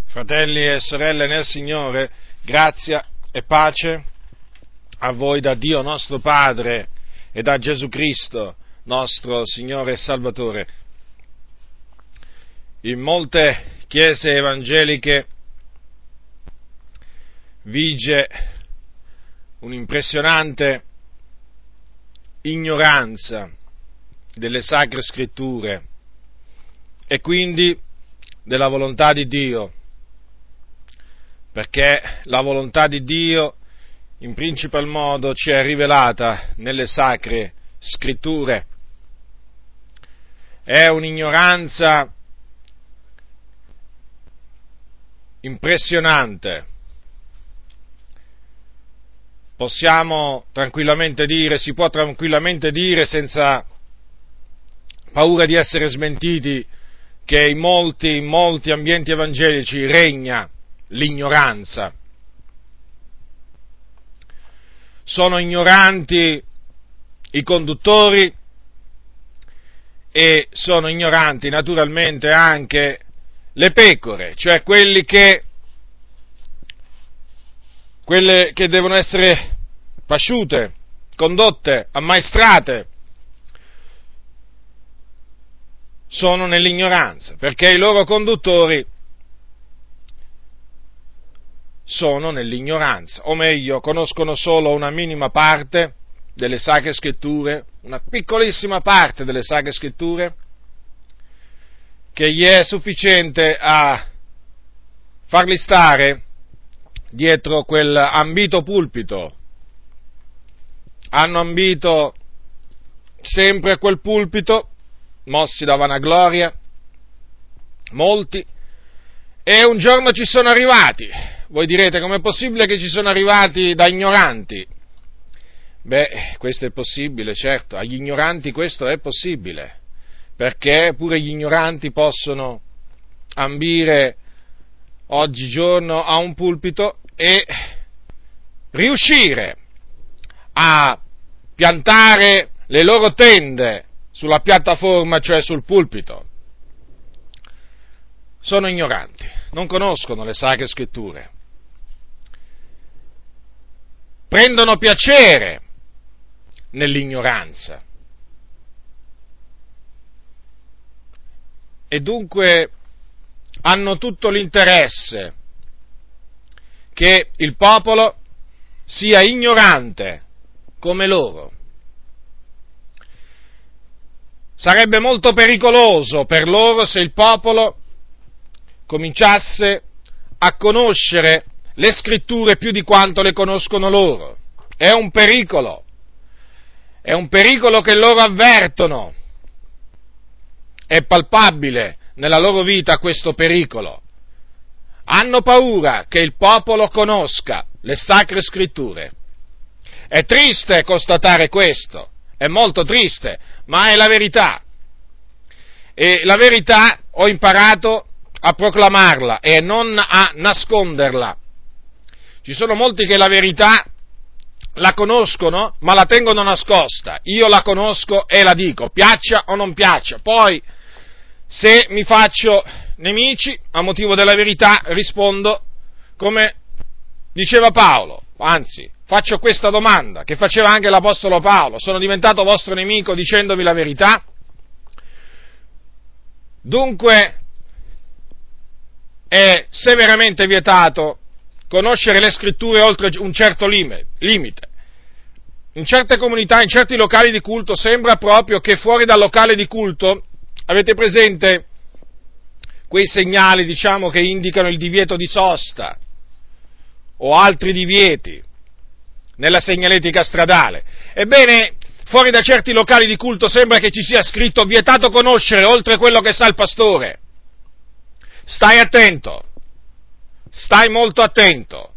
Fratelli e sorelle nel Signore, grazia e pace a voi da Dio nostro Padre e da Gesù Cristo, nostro Signore e Salvatore. In molte chiese evangeliche vige un'impressionante ignoranza delle Sacre Scritture e quindi della volontà di Dio, perché la volontà di Dio in principal modo ci è rivelata nelle Sacre Scritture. È un'ignoranza impressionante. Possiamo tranquillamente dire, si può tranquillamente dire senza paura di essere smentiti, che in molti ambienti evangelici regna l'ignoranza. Sono ignoranti i conduttori e sono ignoranti naturalmente anche le pecore, cioè quelle che devono essere pasciute, condotte, ammaestrate. Sono nell'ignoranza, perché i loro conduttori sono nell'ignoranza, o meglio, conoscono solo una minima parte delle Sacre Scritture, una piccolissima parte delle Sacre Scritture, che gli è sufficiente a farli stare dietro quel ambito pulpito. Hanno ambito sempre a quel pulpito, mossi da vanagloria, molti, e un giorno ci sono arrivati. Voi direte, com'è possibile che ci sono arrivati da ignoranti? Beh, questo è possibile, certo, agli ignoranti questo è possibile, perché pure gli ignoranti possono ambire oggigiorno a un pulpito e riuscire a piantare le loro tende sulla piattaforma, cioè sul pulpito. Sono ignoranti, non conoscono le Sacre Scritture, prendono piacere nell'ignoranza e dunque hanno tutto l'interesse che il popolo sia ignorante come loro. Sarebbe molto pericoloso per loro se il popolo cominciasse a conoscere le Scritture più di quanto le conoscono loro. È un pericolo che loro avvertono. È palpabile nella loro vita questo pericolo. Hanno paura che il popolo conosca le Sacre Scritture. È triste constatare questo, è molto triste, ma è la verità. E la verità ho imparato a proclamarla e non a nasconderla. Ci sono molti che la verità la conoscono, ma la tengono nascosta. Io la conosco e la dico, piaccia o non piaccia. Poi, se mi faccio nemici a motivo della verità, rispondo come diceva Paolo, anzi, faccio questa domanda che faceva anche l'Apostolo Paolo: sono diventato vostro nemico dicendovi la verità? Dunque, è severamente vietato conoscere le Scritture oltre un certo limite. In certe comunità, in certi locali di culto, sembra proprio che fuori dal locale di culto, avete presente quei segnali, diciamo, che indicano il divieto di sosta o altri divieti nella segnaletica stradale? Ebbene, fuori da certi locali di culto sembra che ci sia scritto: vietato conoscere oltre quello che sa il pastore. Stai attento, stai molto attento,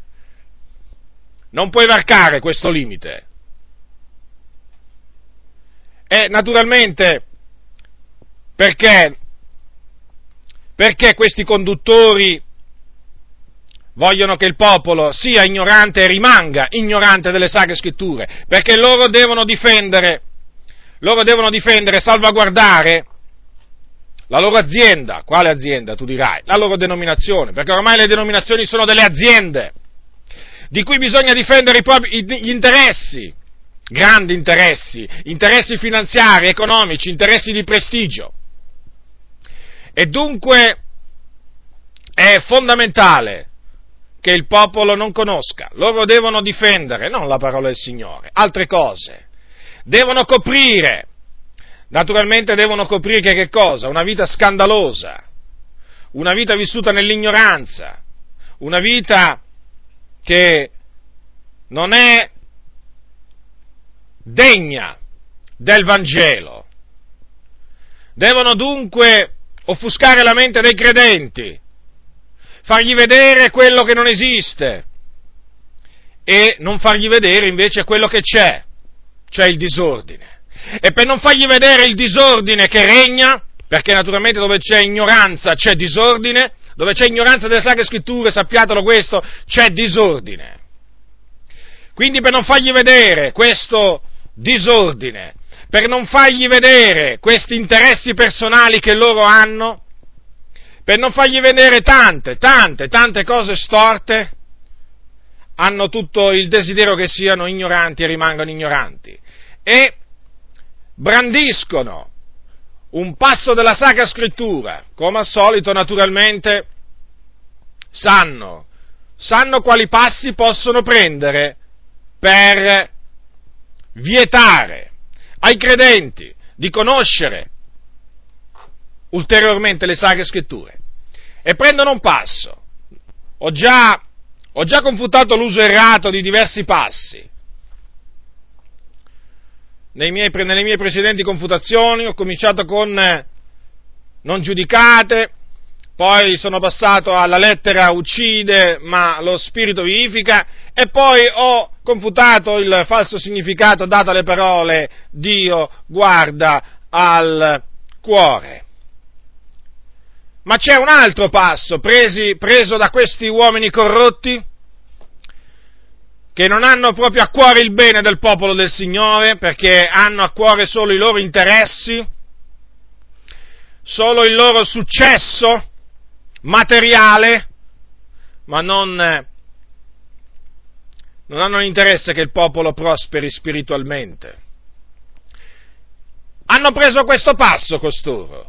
non puoi varcare questo limite. E naturalmente, perché questi conduttori vogliono che il popolo sia ignorante e rimanga ignorante delle Sacre Scritture? Perché loro devono difendere, salvaguardare la loro azienda. Quale azienda, tu dirai? La loro denominazione, perché ormai le denominazioni sono delle aziende di cui bisogna difendere gli interessi, grandi interessi finanziari, economici, interessi di prestigio. E dunque è fondamentale che il popolo non conosca. Loro devono difendere, non la parola del Signore, altre cose. Devono coprire, naturalmente devono coprire che cosa? Una vita scandalosa, una vita vissuta nell'ignoranza, una vita che non è degna del Vangelo. Devono dunque offuscare la mente dei credenti, fargli vedere quello che non esiste e non fargli vedere invece quello che c'è, cioè il disordine. E per non fargli vedere il disordine che regna, perché naturalmente dove c'è ignoranza c'è disordine, dove c'è ignoranza delle Sacre Scritture, sappiatelo questo, c'è disordine. Quindi per non fargli vedere questo disordine, per non fargli vedere questi interessi personali che loro hanno, per non fargli vedere tante cose storte, hanno tutto il desiderio che siano ignoranti e rimangano ignoranti. E brandiscono un passo della Sacra Scrittura, come al solito naturalmente sanno quali passi possono prendere per vietare ai credenti di conoscere ulteriormente le Sacre Scritture. E prendono un passo. Ho già confutato l'uso errato di diversi passi. Nelle mie precedenti confutazioni ho cominciato con non giudicate, poi sono passato alla lettera uccide, ma lo spirito vivifica, e poi ho confutato il falso significato dato alle parole Dio guarda al cuore. Ma c'è un altro passo preso da questi uomini corrotti, che non hanno proprio a cuore il bene del popolo del Signore, perché hanno a cuore solo i loro interessi, solo il loro successo materiale, ma non hanno interesse che il popolo prosperi spiritualmente. Hanno preso questo passo costoro.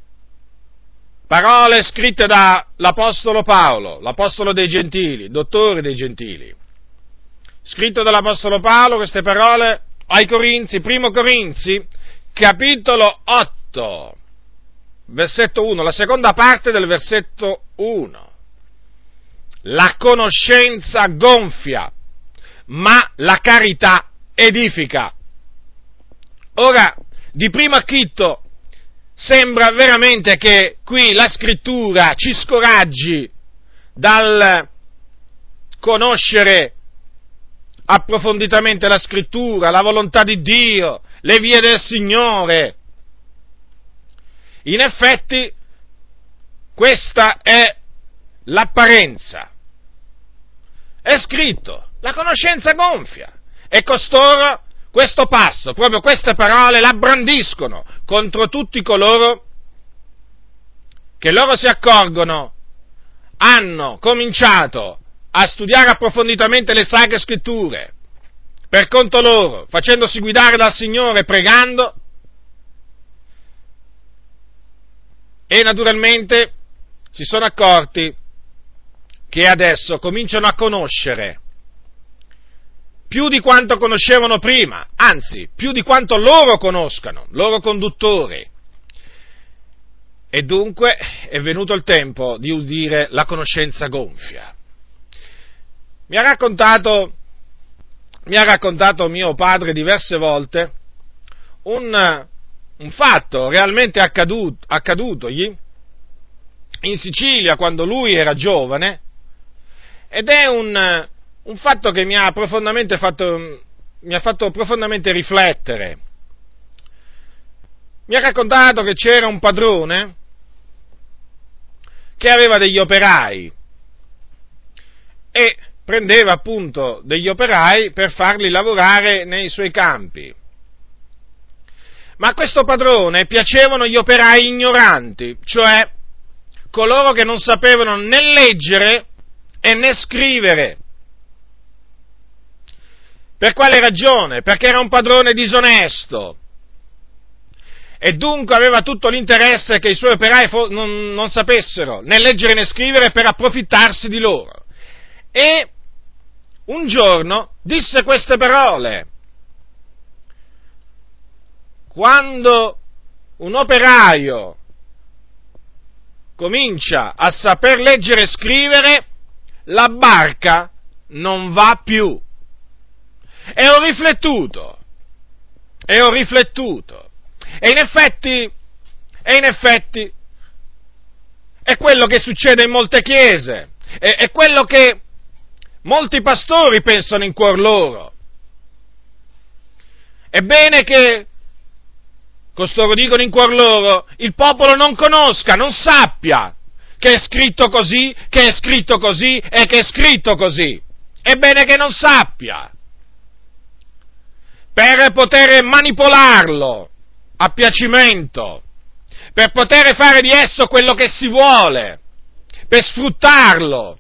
Parole scritte dall'Apostolo Paolo, l'Apostolo dei Gentili, dottore dei Gentili. Scritto dall'Apostolo Paolo queste parole ai Corinzi, primo Corinzi, capitolo 8, versetto 1, la seconda parte del versetto 1. La conoscenza gonfia, ma la carità edifica. Ora, di primo acchito, sembra veramente che qui la Scrittura ci scoraggi dal conoscere approfonditamente la Scrittura, la volontà di Dio, le vie del Signore. In effetti, questa è l'apparenza. È scritto, la conoscenza gonfia, e costoro questo passo, proprio queste parole, la brandiscono contro tutti coloro che loro si accorgono hanno cominciato a studiare approfonditamente le Sacre Scritture per conto loro, facendosi guidare dal Signore, pregando, e naturalmente si sono accorti che adesso cominciano a conoscere più di quanto conoscevano prima, anzi, più di quanto loro conoscano, loro conduttori. E dunque è venuto il tempo di udire la conoscenza gonfia. Mi ha raccontato mio padre diverse volte un fatto realmente accadutogli in Sicilia quando lui era giovane, ed è un fatto che mi ha fatto profondamente riflettere. Mi ha raccontato che c'era un padrone che aveva degli operai e prendeva appunto degli operai per farli lavorare nei suoi campi. Ma a questo padrone piacevano gli operai ignoranti, cioè coloro che non sapevano né leggere e né scrivere. Per quale ragione? Perché era un padrone disonesto e dunque aveva tutto l'interesse che i suoi operai non sapessero né leggere né scrivere per approfittarsi di loro. E un giorno disse queste parole: quando un operaio comincia a saper leggere e scrivere, la barca non va più. E ho riflettuto, e in effetti, è quello che succede in molte chiese, è quello che molti pastori pensano in cuor loro. È bene che, costoro dicono in cuor loro, il popolo non conosca, non sappia che è scritto così, che è scritto così e che è scritto così. È bene che non sappia, per poter manipolarlo a piacimento, per poter fare di esso quello che si vuole, per sfruttarlo.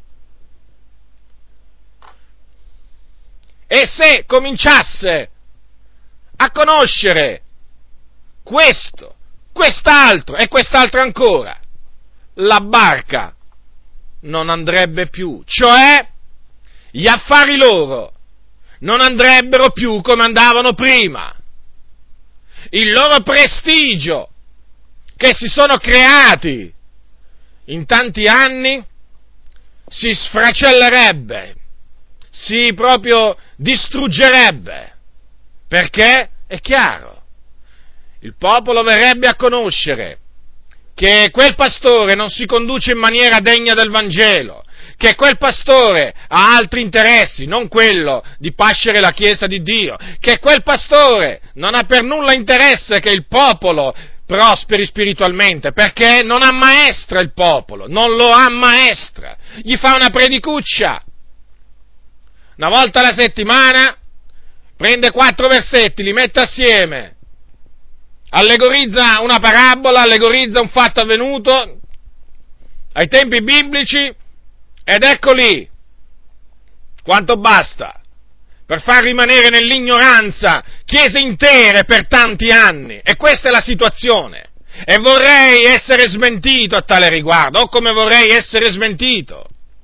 E se cominciasse a conoscere questo, quest'altro e quest'altro ancora, la barca non andrebbe più, cioè gli affari loro non andrebbero più come andavano prima. Il loro prestigio che si sono creati in tanti anni si sfracellerebbe, si proprio distruggerebbe, perché è chiaro, il popolo verrebbe a conoscere che quel pastore non si conduce in maniera degna del Vangelo, che quel pastore ha altri interessi, non quello di pascere la Chiesa di Dio, che quel pastore non ha per nulla interesse che il popolo prosperi spiritualmente, perché non ammaestra il popolo, non lo ammaestra, gli fa una predicuccia, una volta alla settimana, prende 4 versetti, li mette assieme, allegorizza una parabola, allegorizza un fatto avvenuto ai tempi biblici, ed ecco lì quanto basta per far rimanere nell'ignoranza chiese intere per tanti anni. E questa è la situazione. E vorrei essere smentito a tale riguardo, o come vorrei essere smentito.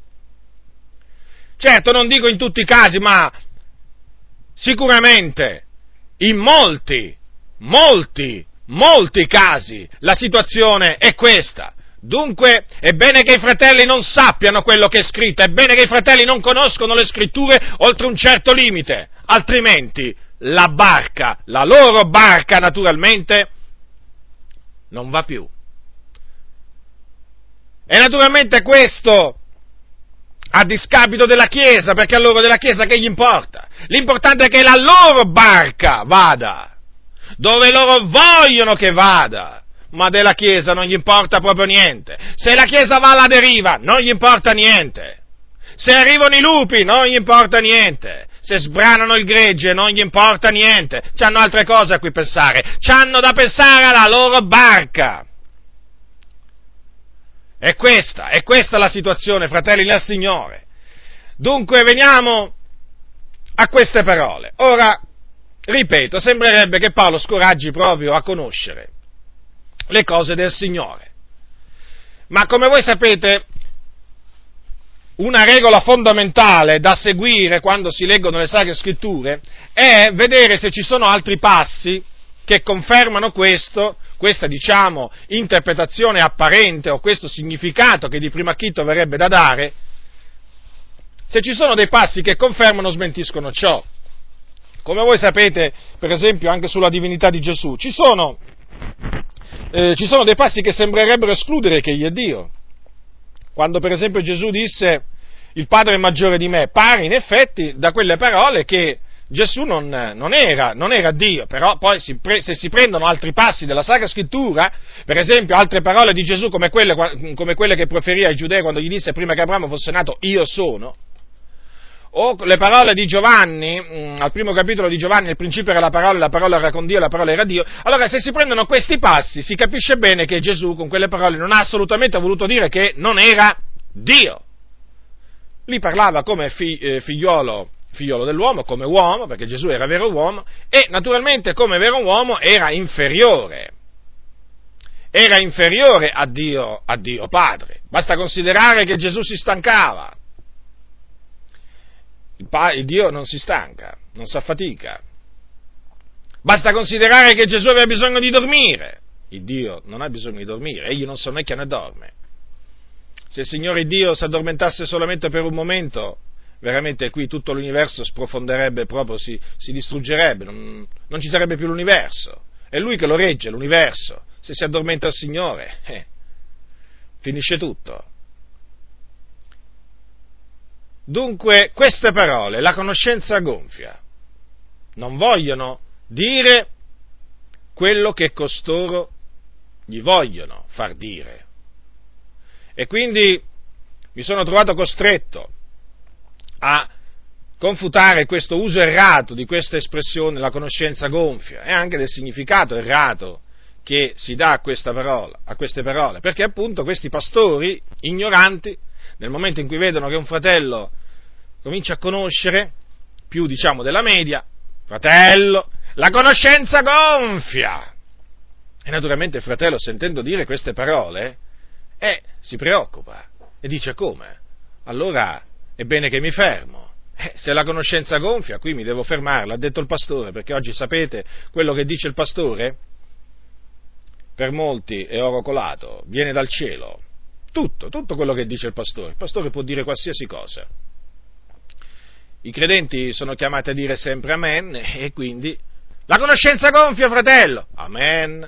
Certo, non dico in tutti i casi, ma sicuramente in molti casi la situazione è questa. Dunque è bene che i fratelli non sappiano quello che è scritto, è bene che i fratelli non conoscono le scritture oltre un certo limite, altrimenti la barca, la loro barca naturalmente, non va più. E naturalmente questo a discapito della Chiesa, perché a loro della Chiesa che gli importa? L'importante è che la loro barca vada dove loro vogliono che vada. Ma della Chiesa non gli importa proprio niente. Se la Chiesa va alla deriva, non gli importa niente. Se arrivano i lupi, non gli importa niente. Se sbranano il gregge, non gli importa niente. C'hanno altre cose a cui pensare. C'hanno da pensare alla loro barca. È questa la situazione, fratelli nel Signore. Dunque, veniamo a queste parole. Ora, ripeto, sembrerebbe che Paolo scoraggi proprio a conoscere le cose del Signore. Ma come voi sapete, una regola fondamentale da seguire quando si leggono le Sacre Scritture è vedere se ci sono altri passi che confermano questa, diciamo, interpretazione apparente o questo significato che di primo acchito verrebbe da dare, se ci sono dei passi che confermano o smentiscono ciò. Come voi sapete, per esempio, anche sulla divinità di Gesù, ci sono dei passi che sembrerebbero escludere che egli è Dio. Quando per esempio Gesù disse il Padre è maggiore di me, pare in effetti da quelle parole che Gesù non era Dio, però poi se si prendono altri passi della Sacra Scrittura, per esempio altre parole di Gesù come quelle che proferì ai Giudei quando gli disse prima che Abramo fosse nato io sono, o le parole di Giovanni, al primo capitolo di Giovanni, nel principio era la parola era con Dio, la parola era Dio, allora se si prendono questi passi si capisce bene che Gesù con quelle parole non ha assolutamente voluto dire che non era Dio. Lì parlava come figliolo dell'uomo, come uomo, perché Gesù era vero uomo, e naturalmente come vero uomo era inferiore a Dio Padre. Basta considerare che Gesù si stancava. Il Dio non si stanca, non si affatica. Basta considerare che Gesù aveva bisogno di dormire. Il Dio non ha bisogno di dormire, egli non sonnecchia né dorme. Se il Signore Dio si addormentasse solamente per un momento, veramente qui tutto l'universo sprofonderebbe proprio, si distruggerebbe, non ci sarebbe più l'universo. È Lui che lo regge, l'universo. Se si addormenta il Signore, finisce tutto. Dunque, queste parole, la conoscenza gonfia, non vogliono dire quello che costoro gli vogliono far dire. E quindi mi sono trovato costretto a confutare questo uso errato di questa espressione, la conoscenza gonfia, e anche del significato errato che si dà a queste parole, perché appunto questi pastori ignoranti, nel momento in cui vedono che un fratello comincia a conoscere più, della media, fratello, la conoscenza gonfia. E naturalmente il fratello, sentendo dire queste parole, si preoccupa e dice: come? Allora è bene che mi fermo. Se la conoscenza gonfia, qui mi devo fermare, l'ha detto il pastore, perché oggi sapete quello che dice il pastore? Per molti è oro colato, viene dal cielo. Tutto quello che dice il pastore può dire qualsiasi cosa. I credenti sono chiamati a dire sempre amen, e quindi la conoscenza gonfia, fratello, amen.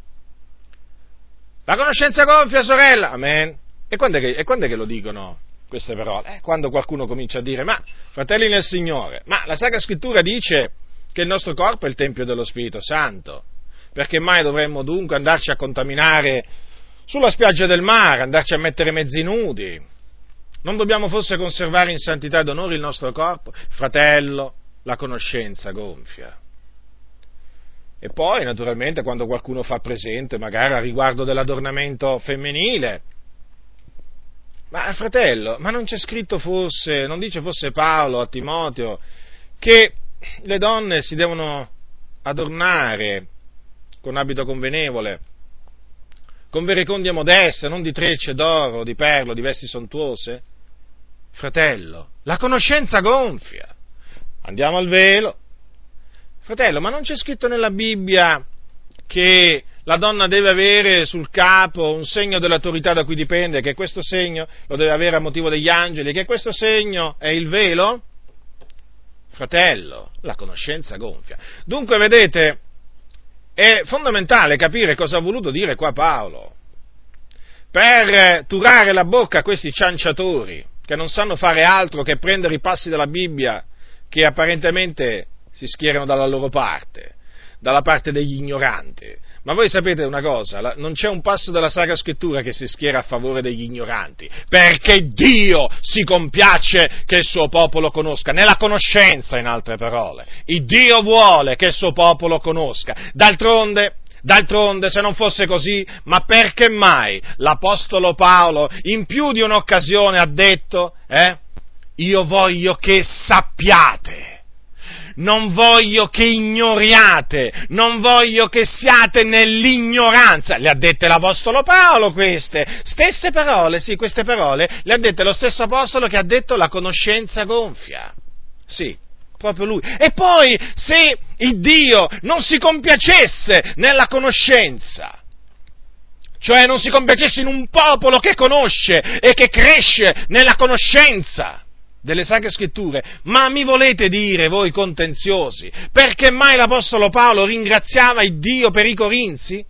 La conoscenza gonfia, sorella, amen. E quando è che lo dicono queste parole? Quando qualcuno comincia a dire: ma fratelli nel Signore, ma la Sacra Scrittura dice che il nostro corpo è il Tempio dello Spirito Santo. Perché mai dovremmo dunque andarci a contaminare sulla spiaggia del mare, andarci a mettere mezzi nudi? Non dobbiamo forse conservare in santità ed onore il nostro corpo? Fratello, la conoscenza gonfia. E poi, naturalmente, quando qualcuno fa presente, magari a riguardo dell'adornamento femminile, ma fratello, ma non c'è scritto forse, non dice forse Paolo a Timoteo, che le donne si devono adornare con abito convenevole, con verecondia modeste, non di trecce, d'oro, di perlo, di vesti sontuose? Fratello, la conoscenza gonfia. Andiamo al velo. Fratello, ma non c'è scritto nella Bibbia che la donna deve avere sul capo un segno dell'autorità da cui dipende, che questo segno lo deve avere a motivo degli angeli, che questo segno è il velo? Fratello, la conoscenza gonfia. Dunque, vedete, è fondamentale capire cosa ha voluto dire qua Paolo, per turare la bocca a questi cianciatori, che non sanno fare altro che prendere i passi della Bibbia, che apparentemente si schierano dalla loro parte, dalla parte degli ignoranti. Ma voi sapete una cosa, non c'è un passo della Sacra Scrittura che si schiera a favore degli ignoranti, perché Dio si compiace che il suo popolo conosca, nella conoscenza, in altre parole. Il Dio vuole che il suo popolo conosca. D'altronde, se non fosse così, ma perché mai l'Apostolo Paolo in più di un'occasione ha detto, io voglio che sappiate, non voglio che ignoriate, non voglio che siate nell'ignoranza. Le ha dette l'Apostolo Paolo queste stesse parole, sì, queste parole le ha dette lo stesso Apostolo che ha detto la conoscenza gonfia. Sì, proprio lui. E poi, se il Dio non si compiacesse nella conoscenza, cioè non si compiacesse in un popolo che conosce e che cresce nella conoscenza delle Sacre Scritture, ma mi volete dire voi contenziosi, perché mai l'Apostolo Paolo ringraziava il Dio per i Corinzi?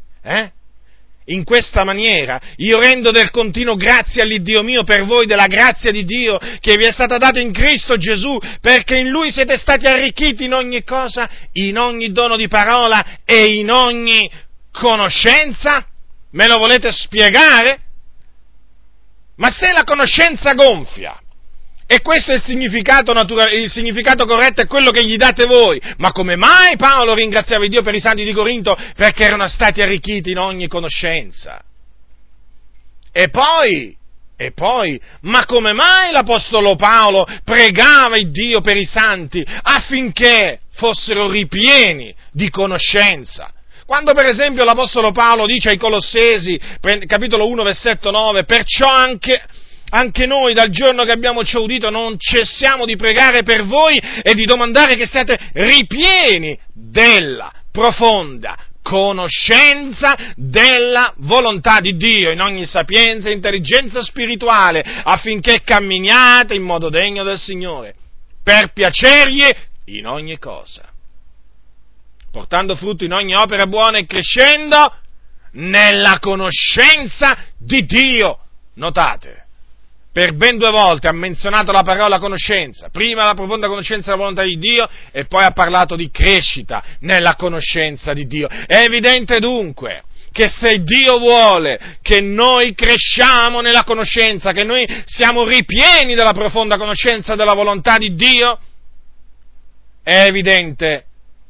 In questa maniera, io rendo del continuo grazie all'Iddio mio per voi della grazia di Dio che vi è stata data in Cristo Gesù, perché in Lui siete stati arricchiti in ogni cosa, in ogni dono di parola e in ogni conoscenza? Me lo volete spiegare? Ma se la conoscenza gonfia, E questo è il significato il significato corretto è quello che gli date voi. Ma come mai Paolo ringraziava Dio per i santi di Corinto? Perché erano stati arricchiti in ogni conoscenza. E poi, ma come mai l'Apostolo Paolo pregava il Dio per i santi affinché fossero ripieni di conoscenza? Quando per esempio l'Apostolo Paolo dice ai Colossesi, capitolo 1, versetto 9, perciò anche noi dal giorno che abbiamo ciò udito non cessiamo di pregare per voi e di domandare che siate ripieni della profonda conoscenza della volontà di Dio in ogni sapienza e intelligenza spirituale, affinché camminiate in modo degno del Signore, per piacergli in ogni cosa, portando frutto in ogni opera buona e crescendo nella conoscenza di Dio. Notate, per ben 2 volte ha menzionato la parola conoscenza, prima la profonda conoscenza della volontà di Dio e poi ha parlato di crescita nella conoscenza di Dio. È evidente dunque che se Dio vuole che noi cresciamo nella conoscenza, che noi siamo ripieni della profonda conoscenza della volontà di Dio, è evidente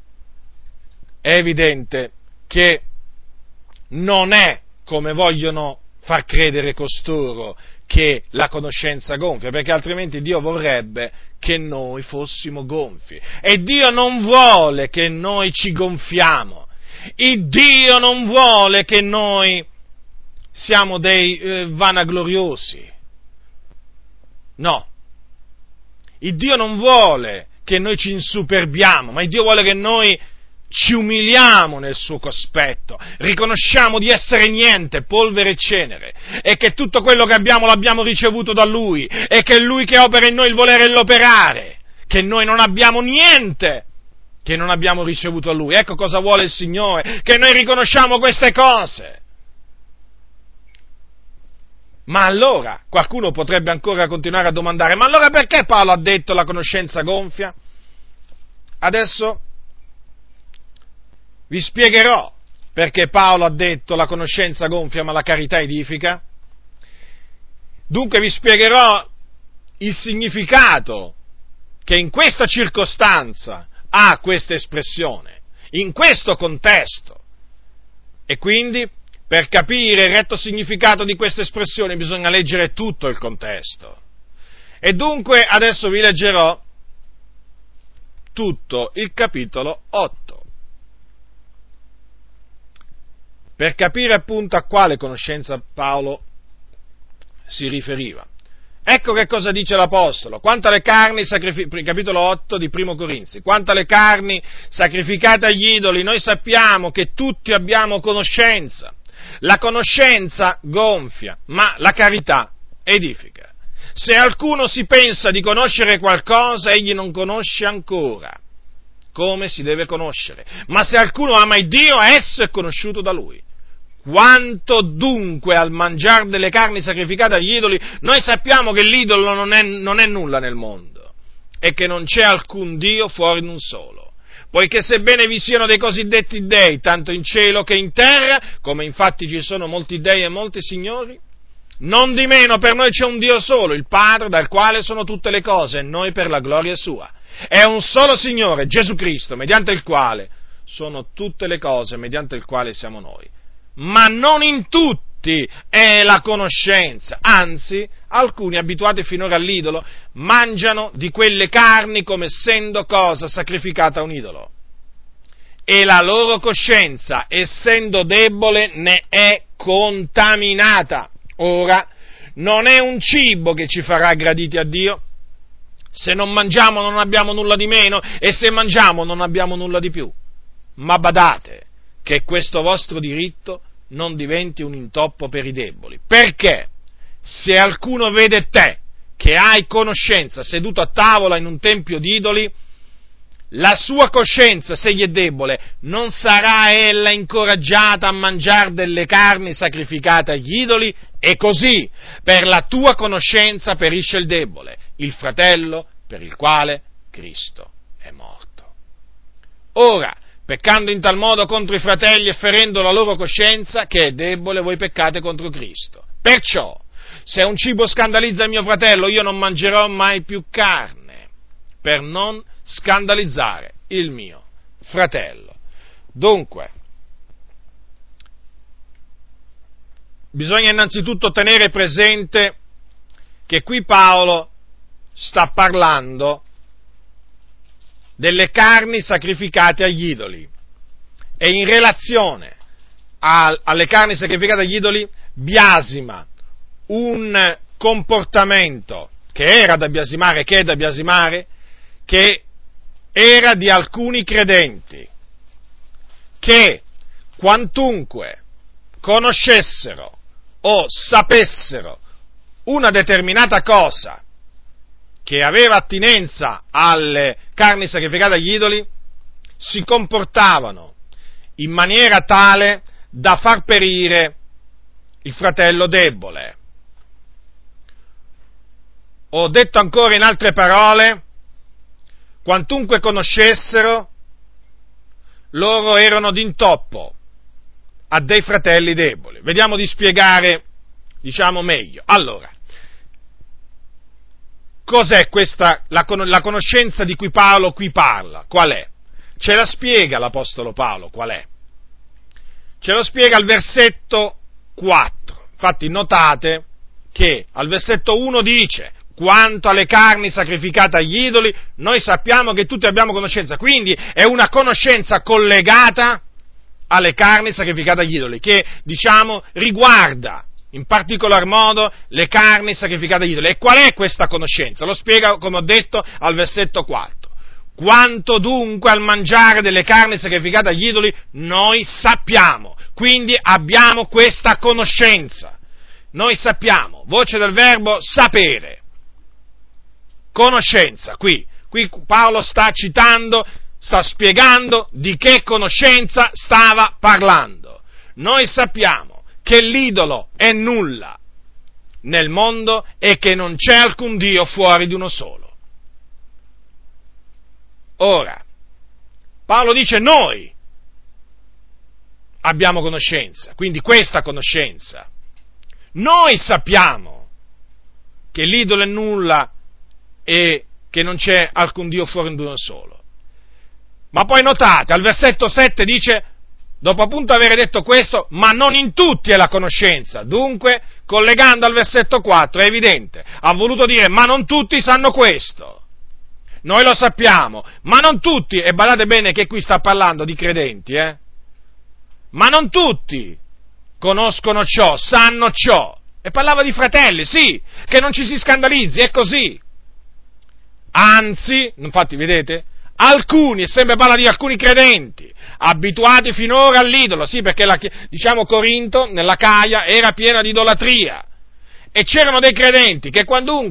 che non è come vogliono far credere costoro, che la conoscenza gonfia, perché altrimenti Dio vorrebbe che noi fossimo gonfi. E Dio non vuole che noi ci gonfiamo. Il Dio non vuole che noi siamo dei vanagloriosi. No. Il Dio non vuole che noi ci insuperbiamo, ma il Dio vuole che noi ci umiliamo nel suo cospetto, riconosciamo di essere niente, polvere e cenere, e che tutto quello che abbiamo l'abbiamo ricevuto da Lui, e che è Lui che opera in noi il volere e l'operare, che noi non abbiamo niente che non abbiamo ricevuto da Lui. Ecco cosa vuole il Signore, che noi riconosciamo queste cose. Ma allora, qualcuno potrebbe ancora continuare a domandare, ma allora perché Paolo ha detto la conoscenza gonfia? Adesso vi spiegherò perché Paolo ha detto la conoscenza gonfia ma la carità edifica. Dunque vi spiegherò il significato che in questa circostanza ha questa espressione, in questo contesto. E quindi, per capire il retto significato di questa espressione bisogna leggere tutto il contesto. E dunque adesso vi leggerò tutto il capitolo 8. Per capire appunto a quale conoscenza Paolo si riferiva. Ecco che cosa dice l'Apostolo. Quanto alle carni, capitolo 8 di Primo Corinzi, quanto alle carni sacrificate agli idoli, noi sappiamo che tutti abbiamo conoscenza. La conoscenza gonfia, ma la carità edifica. Se alcuno si pensa di conoscere qualcosa, egli non conosce ancora come si deve conoscere. Ma se alcuno ama il Dio, esso è conosciuto da Lui. Quanto dunque al mangiare delle carni sacrificate agli idoli, noi sappiamo che l'idolo non è nulla nel mondo e che non c'è alcun Dio fuori in un solo. Poiché sebbene vi siano dei cosiddetti dei, tanto in cielo che in terra, come infatti ci sono molti dei e molti signori, non di meno per noi c'è un Dio solo, il Padre, dal quale sono tutte le cose, e noi per la gloria sua. È un solo Signore, Gesù Cristo, mediante il quale sono tutte le cose, mediante il quale siamo noi. Ma non in tutti è la conoscenza, anzi, alcuni abituati finora all'idolo mangiano di quelle carni come essendo cosa sacrificata a un idolo. E la loro coscienza, essendo debole, ne è contaminata. Ora, non è un cibo che ci farà graditi a Dio. Se non mangiamo non abbiamo nulla di meno, e se mangiamo non abbiamo nulla di più. Ma badate che questo vostro diritto non diventi un intoppo per i deboli. Perché se alcuno vede te, che hai conoscenza, seduto a tavola in un tempio di idoli, la sua coscienza, se egli è debole, non sarà ella incoraggiata a mangiare delle carni sacrificate agli idoli, e così per la tua conoscenza perisce il debole, il fratello per il quale Cristo è morto. Ora, peccando in tal modo contro i fratelli e ferendo la loro coscienza, che è debole, voi peccate contro Cristo. Perciò, se un cibo scandalizza il mio fratello, io non mangerò mai più carne, per non scandalizzare il mio fratello. Dunque, bisogna innanzitutto tenere presente che qui Paolo sta parlando delle carni sacrificate agli idoli e in relazione alle carni sacrificate agli idoli biasima un comportamento che era da biasimare, che era di alcuni credenti, che quantunque conoscessero o sapessero una determinata cosa che aveva attinenza alle carni sacrificate agli idoli, si comportavano in maniera tale da far perire il fratello debole. Ho detto ancora in altre parole, quantunque conoscessero, loro erano d'intoppo a dei fratelli deboli. Vediamo di spiegare, meglio. Allora, cos'è questa, la conoscenza di cui Paolo qui parla? Qual è? Ce la spiega l'Apostolo Paolo, qual è? Ce lo spiega al versetto 4. Infatti notate che al versetto 1 dice: quanto alle carni sacrificate agli idoli, noi sappiamo che tutti abbiamo conoscenza. Quindi è una conoscenza collegata alle carni sacrificate agli idoli, che, riguarda in particolar modo le carni sacrificate agli idoli. E qual è questa conoscenza? Lo spiega, come ho detto, al versetto 4. Quanto dunque al mangiare delle carni sacrificate agli idoli, noi sappiamo, quindi abbiamo questa conoscenza. Noi sappiamo, voce del verbo sapere, conoscenza. Qui Paolo sta spiegando di che conoscenza stava parlando. Noi sappiamo che l'idolo è nulla nel mondo e che non c'è alcun Dio fuori di uno solo. Ora, Paolo dice: noi abbiamo conoscenza, quindi questa conoscenza. Noi sappiamo che l'idolo è nulla e che non c'è alcun Dio fuori di uno solo. Ma poi notate, al versetto 7 dice, dopo appunto aver detto questo, ma non in tutti è la conoscenza. Dunque, collegando al versetto 4, è evidente, ha voluto dire, ma non tutti sanno questo. Noi lo sappiamo, ma non tutti, e badate bene che qui sta parlando di credenti, ma non tutti conoscono ciò, sanno ciò. E parlava di fratelli, sì, che non ci si scandalizzi, è così. Anzi, infatti, vedete, alcuni, e sempre parla di alcuni credenti, abituati finora all'idolo, sì, perché Corinto, nell'Acaia, era piena di idolatria, e c'erano dei credenti che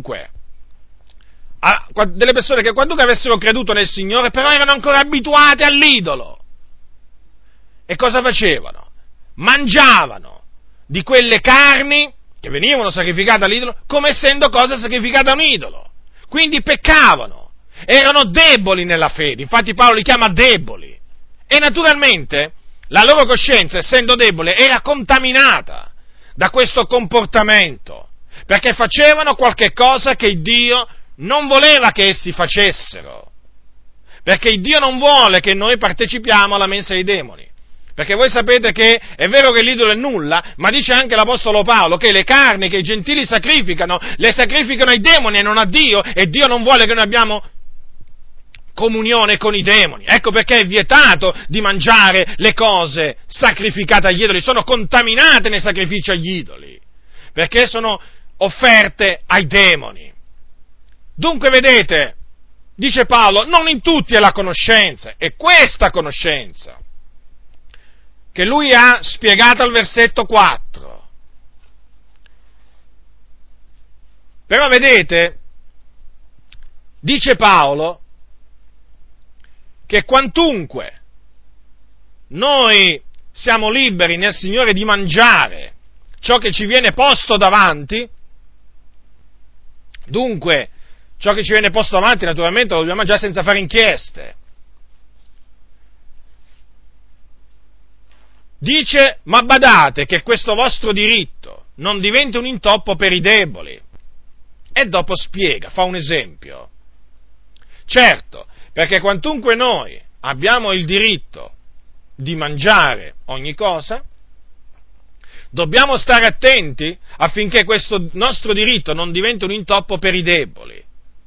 delle persone che quantunque avessero creduto nel Signore, però erano ancora abituati all'idolo. E cosa facevano? Mangiavano di quelle carni che venivano sacrificate all'idolo come essendo cosa sacrificata a un idolo. Quindi peccavano, erano deboli nella fede, infatti Paolo li chiama deboli. E naturalmente la loro coscienza, essendo debole, era contaminata da questo comportamento, perché facevano qualche cosa che Dio non voleva che essi facessero, perché Dio non vuole che noi partecipiamo alla mensa dei demoni, perché voi sapete che è vero che l'idolo è nulla, ma dice anche l'Apostolo Paolo che le carni che i gentili sacrificano, le sacrificano ai demoni e non a Dio, e Dio non vuole che noi abbiamo comunione con i demoni. Ecco perché è vietato di mangiare le cose sacrificate agli idoli, sono contaminate nei sacrifici agli idoli, perché sono offerte ai demoni. Dunque vedete, dice Paolo, non in tutti è la conoscenza, è questa conoscenza che lui ha spiegato al versetto 4. Però vedete, dice Paolo, che quantunque noi siamo liberi nel Signore di mangiare ciò che ci viene posto davanti, dunque ciò che ci viene posto davanti naturalmente lo dobbiamo mangiare senza fare inchieste. Dice, ma badate che questo vostro diritto non diventi un intoppo per i deboli. E dopo spiega, fa un esempio. Certo, perché quantunque noi abbiamo il diritto di mangiare ogni cosa, dobbiamo stare attenti affinché questo nostro diritto non diventi un intoppo per i deboli.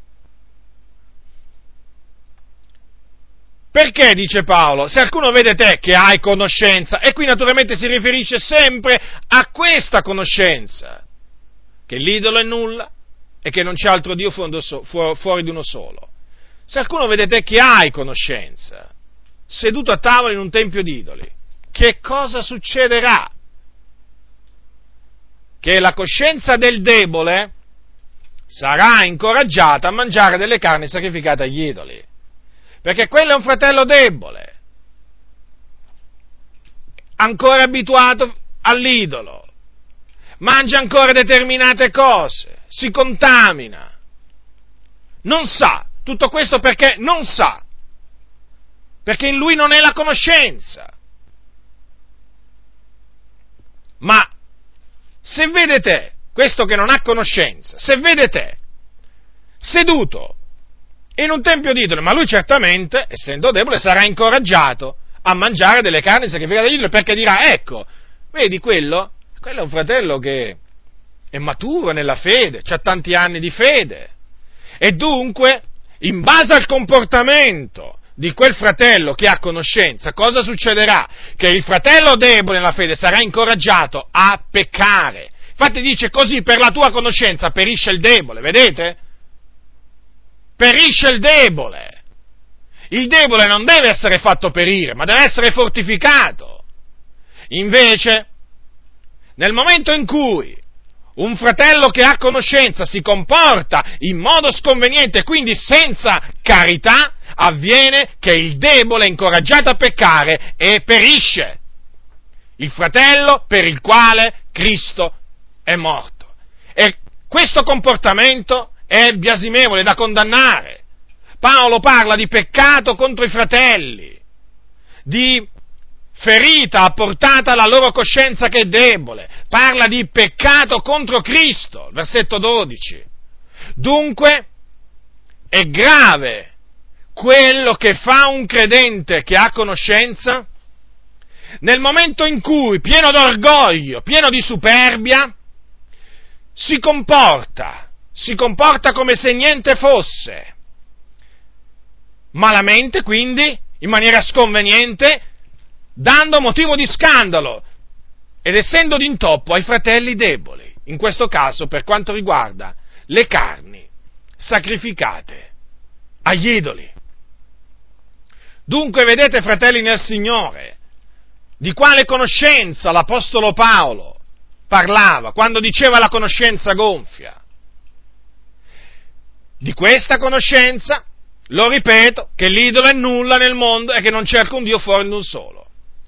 Perché, dice Paolo, se alcuno vede te che hai conoscenza, e qui naturalmente si riferisce sempre a questa conoscenza, che l'idolo è nulla e che non c'è altro Dio fuori di uno solo. Se alcuno vede te che hai conoscenza, seduto a tavola in un tempio di idoli, che cosa succederà? Che la coscienza del debole sarà incoraggiata a mangiare delle carni sacrificate agli idoli. Perché quello è un fratello debole, ancora abituato all'idolo, mangia ancora determinate cose, si contamina, non sa, tutto questo perché non sa, perché in lui non è la conoscenza. Ma se vede te, questo che non ha conoscenza, se vede te seduto in un tempio di idoli, ma lui certamente, essendo debole, sarà incoraggiato a mangiare delle carni sacrificate agli idoli, perché dirà, ecco, vedi quello è un fratello che è maturo nella fede, ha tanti anni di fede, e dunque, in base al comportamento di quel fratello che ha conoscenza, cosa succederà? Che il fratello debole nella fede sarà incoraggiato a peccare. Infatti dice, così per la tua conoscenza perisce il debole, vedete? Perisce il debole. Il debole non deve essere fatto perire, ma deve essere fortificato. Invece, nel momento in cui un fratello che ha conoscenza si comporta in modo sconveniente, quindi senza carità, avviene che il debole è incoraggiato a peccare e perisce. Il fratello per il quale Cristo è morto. E questo comportamento è biasimevole, da condannare. Paolo parla di peccato contro i fratelli, di ferita apportata alla loro coscienza che è debole, parla di peccato contro Cristo, versetto 12. Dunque, è grave quello che fa un credente che ha conoscenza nel momento in cui, pieno d'orgoglio, pieno di superbia, si comporta come se niente fosse, malamente quindi, in maniera sconveniente, dando motivo di scandalo ed essendo d'intoppo ai fratelli deboli, in questo caso per quanto riguarda le carni sacrificate agli idoli. Dunque, vedete, fratelli nel Signore, di quale conoscenza l'Apostolo Paolo parlava quando diceva la conoscenza gonfia. Di questa conoscenza, lo ripeto, che l'idolo è nulla nel mondo e che non c'è alcun Dio fuori di un solo.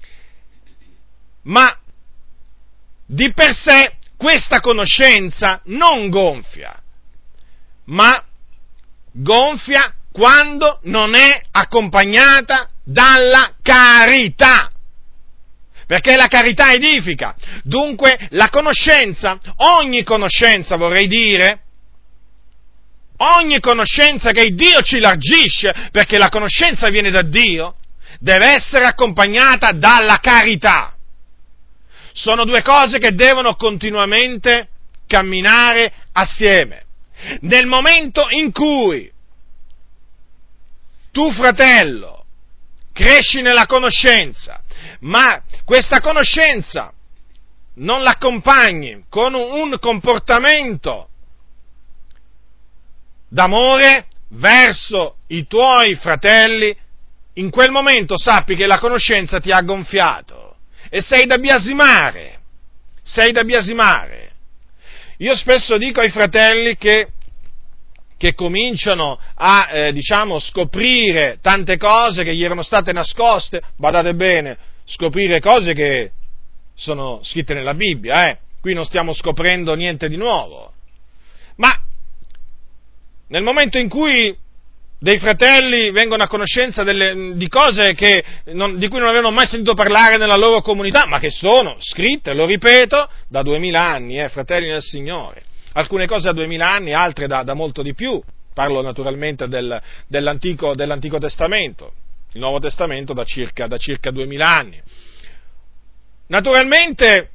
Ma di per sé questa conoscenza non gonfia, ma gonfia quando non è accompagnata dalla carità. Perché la carità edifica. Dunque la conoscenza, ogni conoscenza vorrei dire, ogni conoscenza che Dio ci largisce, perché la conoscenza viene da Dio, deve essere accompagnata dalla carità. Sono due cose che devono continuamente camminare assieme. Nel momento in cui tu, fratello, cresci nella conoscenza, ma questa conoscenza non l'accompagni con un comportamento d'amore verso i tuoi fratelli, in quel momento sappi che la conoscenza ti ha gonfiato e sei da biasimare. Io spesso dico ai fratelli che cominciano a, scoprire tante cose che gli erano state nascoste, badate bene, scoprire cose che sono scritte nella Bibbia, qui non stiamo scoprendo niente di nuovo, ma nel momento in cui dei fratelli vengono a conoscenza di cose di cui non avevano mai sentito parlare nella loro comunità, ma che sono scritte, lo ripeto, da 2000 anni, fratelli nel Signore. Alcune cose da 2000 anni, altre da molto di più. Parlo naturalmente dell'Antico Testamento, il Nuovo Testamento da circa 2000 anni. Naturalmente,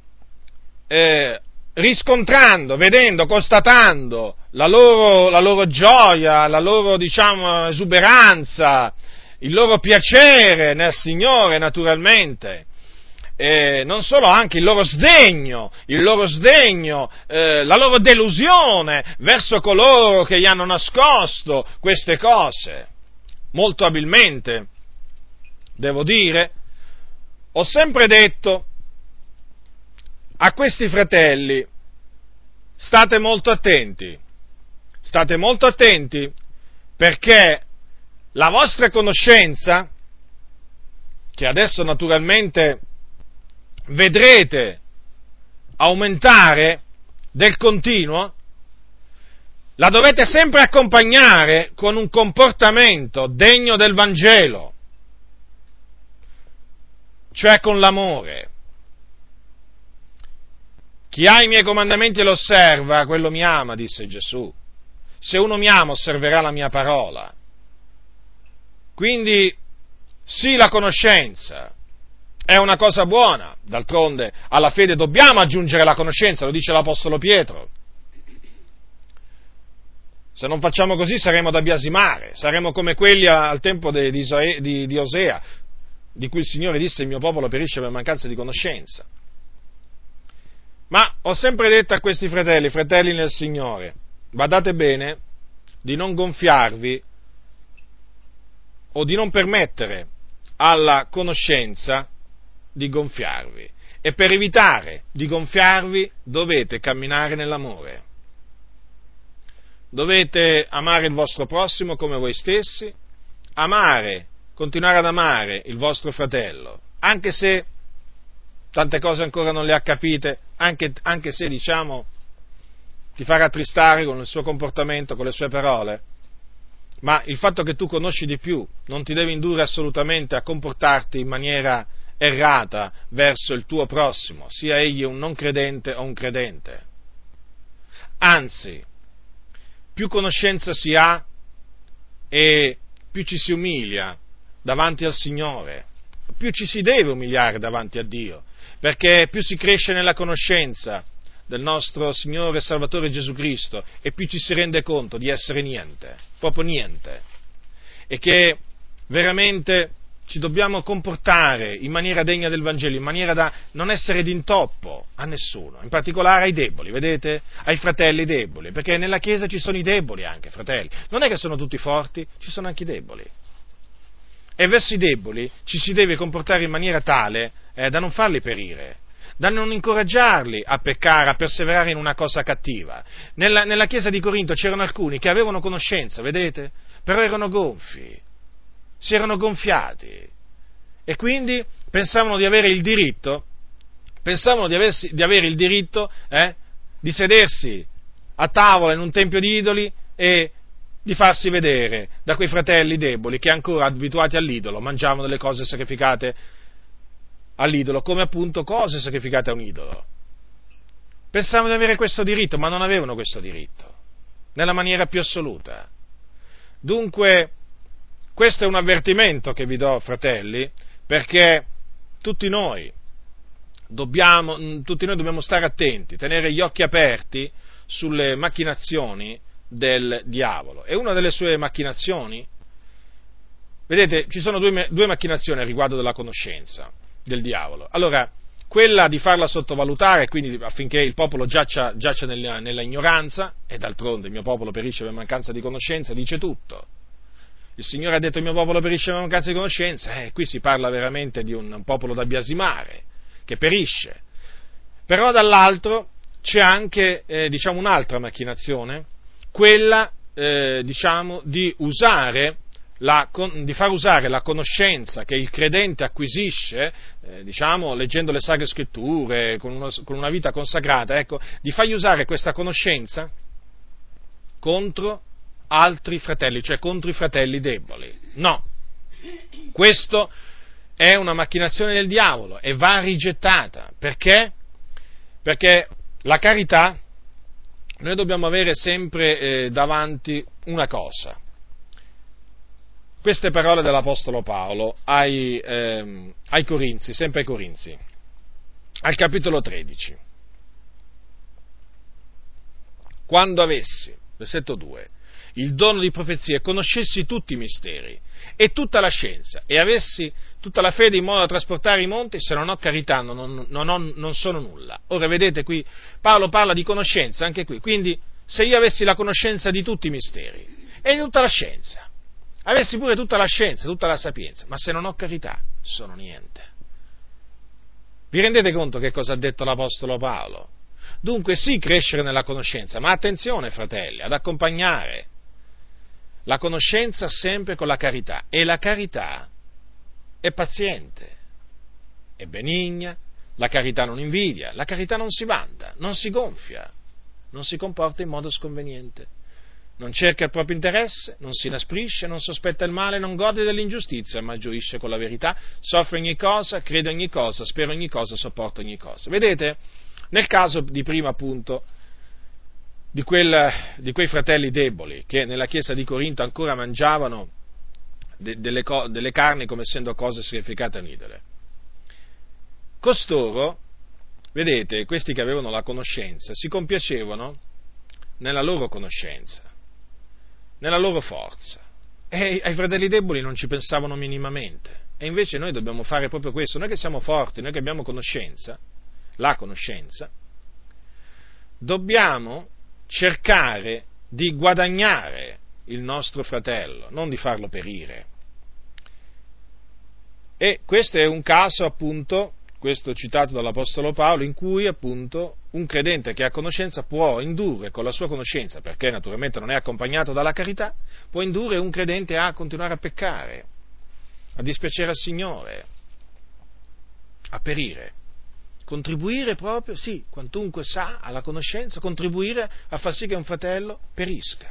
riscontrando, vedendo, constatando la loro gioia, la loro, esuberanza, il loro piacere nel Signore, naturalmente, non solo, anche il loro sdegno, la loro delusione verso coloro che gli hanno nascosto queste cose, molto abilmente, devo dire, ho sempre detto a questi fratelli: state molto attenti, perché la vostra conoscenza, che adesso naturalmente vedrete aumentare del continuo, la dovete sempre accompagnare con un comportamento degno del Vangelo, cioè con l'amore. Chi ha i miei comandamenti e lo osserva, quello mi ama, disse Gesù. Se uno mi ama, osserverà la mia parola. Quindi, sì, la conoscenza è una cosa buona, d'altronde alla fede dobbiamo aggiungere la conoscenza, lo dice l'Apostolo Pietro. Se non facciamo così saremo da biasimare, saremo come quelli al tempo di Osea, di cui il Signore disse: il mio popolo perisce per mancanza di conoscenza. Ma ho sempre detto a questi fratelli nel Signore, badate bene di non gonfiarvi o di non permettere alla conoscenza di gonfiarvi, e per evitare di gonfiarvi dovete camminare nell'amore. Dovete amare il vostro prossimo come voi stessi, continuare ad amare il vostro fratello, anche se tante cose ancora non le ha capite, anche se, ti fa rattristare con il suo comportamento, con le sue parole, ma il fatto che tu conosci di più non ti deve indurre assolutamente a comportarti in maniera errata verso il tuo prossimo, sia egli un non credente o un credente. Anzi, più conoscenza si ha e più ci si umilia davanti al Signore, più ci si deve umiliare davanti a Dio, perché più si cresce nella conoscenza del nostro Signore e Salvatore Gesù Cristo e più ci si rende conto di essere niente, proprio niente, e che veramente ci dobbiamo comportare in maniera degna del Vangelo, in maniera da non essere d'intoppo a nessuno, in particolare ai deboli, vedete? Ai fratelli deboli, perché nella Chiesa ci sono i deboli anche, fratelli, non è che sono tutti forti, ci sono anche i deboli. E verso i deboli ci si deve comportare in maniera tale da non farli perire, da non incoraggiarli a peccare, a perseverare in una cosa cattiva. Nella Chiesa di Corinto c'erano alcuni che avevano conoscenza, vedete? Però erano gonfi, si erano gonfiati e quindi pensavano di avere il diritto, di sedersi a tavola in un tempio di idoli e di farsi vedere da quei fratelli deboli che ancora abituati all'idolo mangiavano delle cose sacrificate all'idolo, come appunto cose sacrificate a un idolo. Pensavano di avere questo diritto, ma non avevano questo diritto, nella maniera più assoluta. Dunque, questo è un avvertimento che vi do, fratelli, perché tutti noi dobbiamo stare attenti, tenere gli occhi aperti sulle macchinazioni del diavolo. E una delle sue macchinazioni, vedete, ci sono due macchinazioni a riguardo della conoscenza del diavolo. Allora, quella di farla sottovalutare, quindi affinché il popolo giaccia nella ignoranza, e d'altronde il mio popolo perisce per mancanza di conoscenza, dice tutto. Il Signore ha detto: il mio popolo perisce per mancanza di conoscenza, qui si parla veramente di un popolo da biasimare, che perisce. Però dall'altro c'è anche, un'altra macchinazione, quella, di far usare la conoscenza che il credente acquisisce, leggendo le Sacre Scritture, con una vita consacrata, di fargli usare questa conoscenza contro altri fratelli, cioè contro i fratelli deboli. No, questo è una macchinazione del diavolo e va rigettata. Perché? Perché la carità, noi dobbiamo avere sempre davanti una cosa. Queste parole dell'Apostolo Paolo ai Corinzi, sempre ai Corinzi, al capitolo 13. Quando avessi, versetto 2, il dono di profezia e conoscessi tutti i misteri e tutta la scienza e avessi tutta la fede in modo da trasportare i monti, se non ho carità non sono nulla. Ora vedete qui, Paolo parla di conoscenza anche qui, quindi se io avessi la conoscenza di tutti i misteri e di tutta la scienza, avessi pure tutta la scienza, tutta la sapienza, ma se non ho carità sono niente. Vi rendete conto che cosa ha detto l'Apostolo Paolo? Dunque sì, crescere nella conoscenza, ma attenzione, fratelli, ad accompagnare la conoscenza sempre con la carità. E la carità è paziente, è benigna, la carità non invidia, la carità non si vanta, non si gonfia, non si comporta in modo sconveniente, non cerca il proprio interesse, non si inasprisce, non sospetta il male, non gode dell'ingiustizia, ma gioisce con la verità, soffre ogni cosa, crede ogni cosa, spera ogni cosa, sopporta ogni cosa. Vedete? Nel caso di prima, appunto, di quei fratelli deboli che nella chiesa di Corinto ancora mangiavano delle carni come essendo cose sacrificate a un idolo. Costoro, vedete, questi che avevano la conoscenza, si compiacevano nella loro conoscenza, nella loro forza, e ai fratelli deboli non ci pensavano minimamente. E invece noi dobbiamo fare proprio questo, noi che siamo forti, noi che abbiamo conoscenza, la conoscenza, dobbiamo cercare di guadagnare il nostro fratello, non di farlo perire. E questo è un caso, appunto, questo citato dall'Apostolo Paolo, in cui, appunto, un credente che ha conoscenza può indurre con la sua conoscenza, perché naturalmente non è accompagnato dalla carità, può indurre un credente a continuare a peccare, a dispiacere al Signore, a perire. Contribuire proprio, sì, quantunque sa, alla conoscenza, contribuire a far sì che un fratello perisca.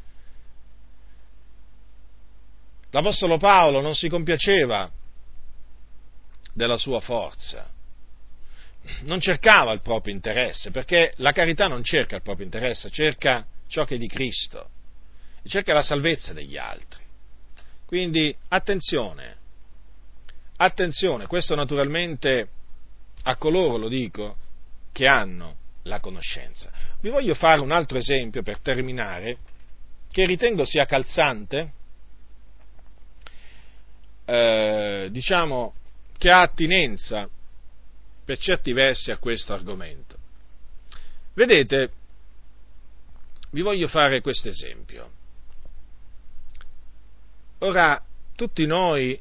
L'Apostolo Paolo non si compiaceva della sua forza, non cercava il proprio interesse, perché la carità non cerca il proprio interesse, cerca ciò che è di Cristo, cerca la salvezza degli altri. Quindi attenzione, questo naturalmente a coloro, lo dico, che hanno la conoscenza. Vi voglio fare un altro esempio per terminare, che ritengo sia calzante, diciamo che ha attinenza per certi versi a questo argomento. Vedete, vi voglio fare questo esempio. Ora, tutti noi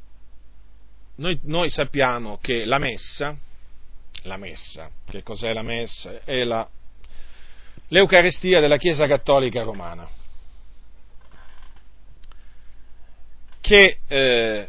sappiamo che la messa, che cos'è la messa? È l'Eucaristia della Chiesa Cattolica Romana, che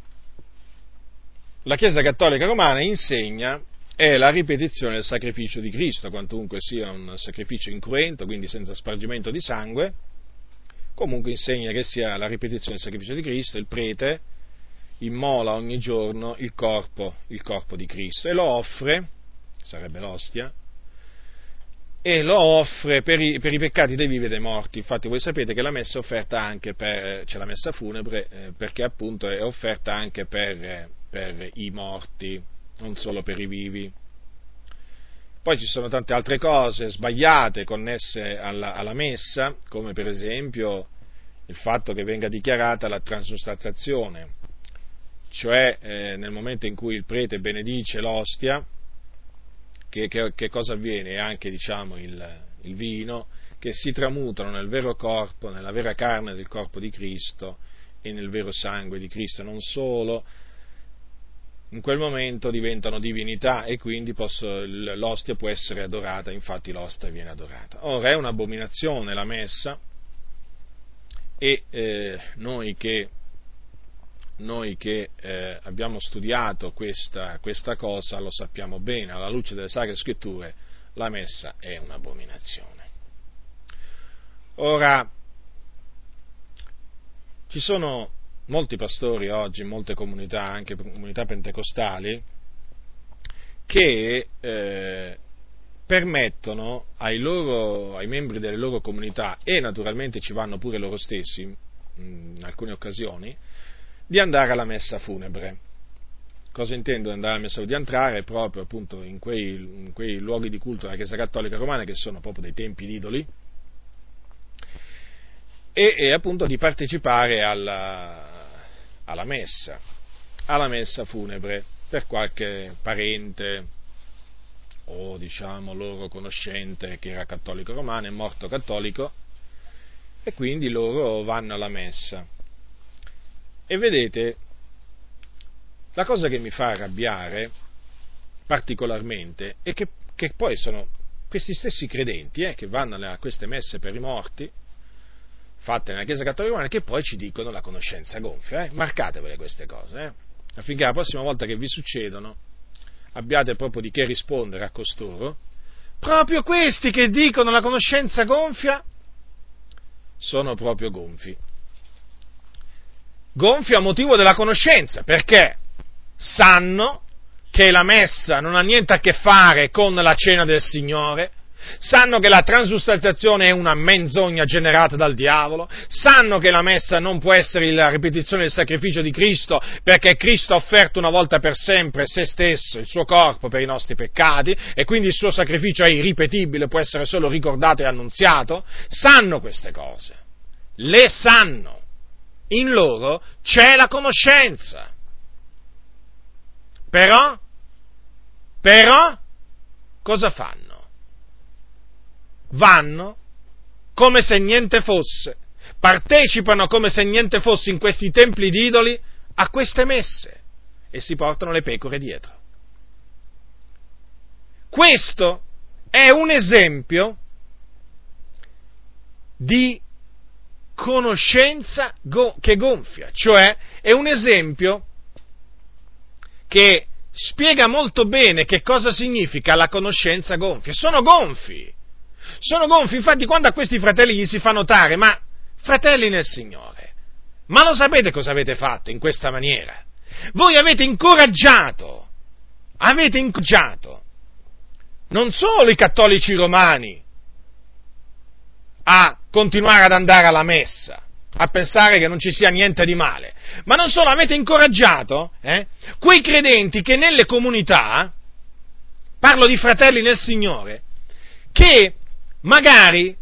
la Chiesa Cattolica Romana insegna è la ripetizione del sacrificio di Cristo, quantunque sia un sacrificio incruento, quindi senza spargimento di sangue. Comunque insegna che sia la ripetizione del sacrificio di Cristo, il prete immola ogni giorno il corpo di Cristo e lo offre, sarebbe l'ostia, e lo offre per i peccati dei vivi e dei morti. Infatti voi sapete che la messa è offerta anche c'è la messa funebre, perché appunto è offerta anche per i morti, non solo per i vivi. Poi ci sono tante altre cose sbagliate connesse alla messa, come per esempio il fatto che venga dichiarata la transustanziazione, cioè nel momento in cui il prete benedice l'ostia, che cosa avviene? Anche, diciamo, il vino, che si tramutano nel vero corpo, nella vera carne del corpo di Cristo e nel vero sangue di Cristo. Non solo, in quel momento diventano divinità e quindi l'ostia può essere adorata, infatti l'ostia viene adorata. Ora è un'abominazione la messa, e noi che abbiamo studiato questa cosa lo sappiamo bene, alla luce delle Sacre Scritture la messa è un'abominazione. Ora, Ci sono molti pastori oggi in molte comunità, anche comunità pentecostali, che permettono ai membri delle loro comunità, e naturalmente ci vanno pure loro stessi in alcune occasioni, di andare alla messa funebre. Cosa intendo di andare alla messa funebre? Di entrare proprio appunto in quei luoghi di culto della Chiesa Cattolica Romana, che sono proprio dei tempi d'idoli, e appunto di partecipare alla messa funebre per qualche parente o diciamo loro conoscente che era cattolico romano, è morto cattolico, e quindi loro vanno alla messa. E vedete, la cosa che mi fa arrabbiare particolarmente è che poi sono questi stessi credenti che vanno a queste messe per i morti fatte nella Chiesa Cattolica Romana, che poi ci dicono la conoscenza gonfia. Marcatevele queste cose, affinché la prossima volta che vi succedono abbiate proprio di che rispondere a costoro. Proprio questi che dicono la conoscenza gonfia sono proprio gonfi a motivo della conoscenza, perché sanno che la messa non ha niente a che fare con la cena del Signore, sanno che la transustanziazione è una menzogna generata dal diavolo, sanno che la messa non può essere la ripetizione del sacrificio di Cristo, perché Cristo ha offerto una volta per sempre se stesso, il suo corpo per i nostri peccati, e quindi il suo sacrificio è irripetibile, può essere solo ricordato e annunziato. Sanno queste cose, le sanno, in loro c'è la conoscenza, però cosa fanno? Vanno come se niente fosse, partecipano come se niente fosse in questi templi di idoli a queste messe e si portano le pecore dietro. Questo è un esempio di conoscenza che gonfia, cioè è un esempio che spiega molto bene che cosa significa la conoscenza gonfia. Sono gonfi, infatti quando a questi fratelli gli si fa notare, ma fratelli nel Signore, ma lo sapete cosa avete fatto in questa maniera? Voi avete incoraggiato non solo i cattolici romani a continuare ad andare alla messa, a pensare che non ci sia niente di male, ma non solo, avete incoraggiato quei credenti che nelle comunità, parlo di fratelli nel Signore, che magari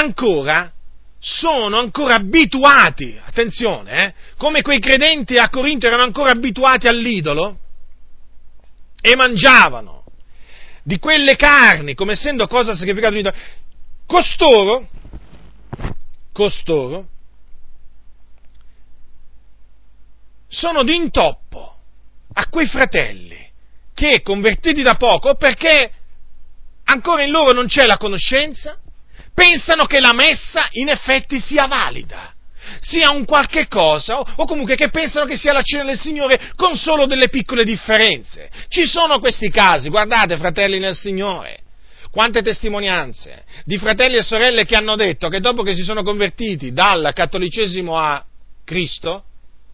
sono ancora abituati, attenzione, come quei credenti a Corinto erano ancora abituati all'idolo e mangiavano di quelle carni come essendo cosa sacrificata all'idolo. Costoro sono d'intoppo a quei fratelli che, convertiti da poco, perché ancora in loro non c'è la conoscenza, pensano che la messa in effetti sia valida, sia un qualche cosa, o comunque che pensano che sia la cena del Signore con solo delle piccole differenze. Ci sono questi casi, guardate, fratelli nel Signore, quante testimonianze di fratelli e sorelle che hanno detto che dopo che si sono convertiti dal cattolicesimo a Cristo,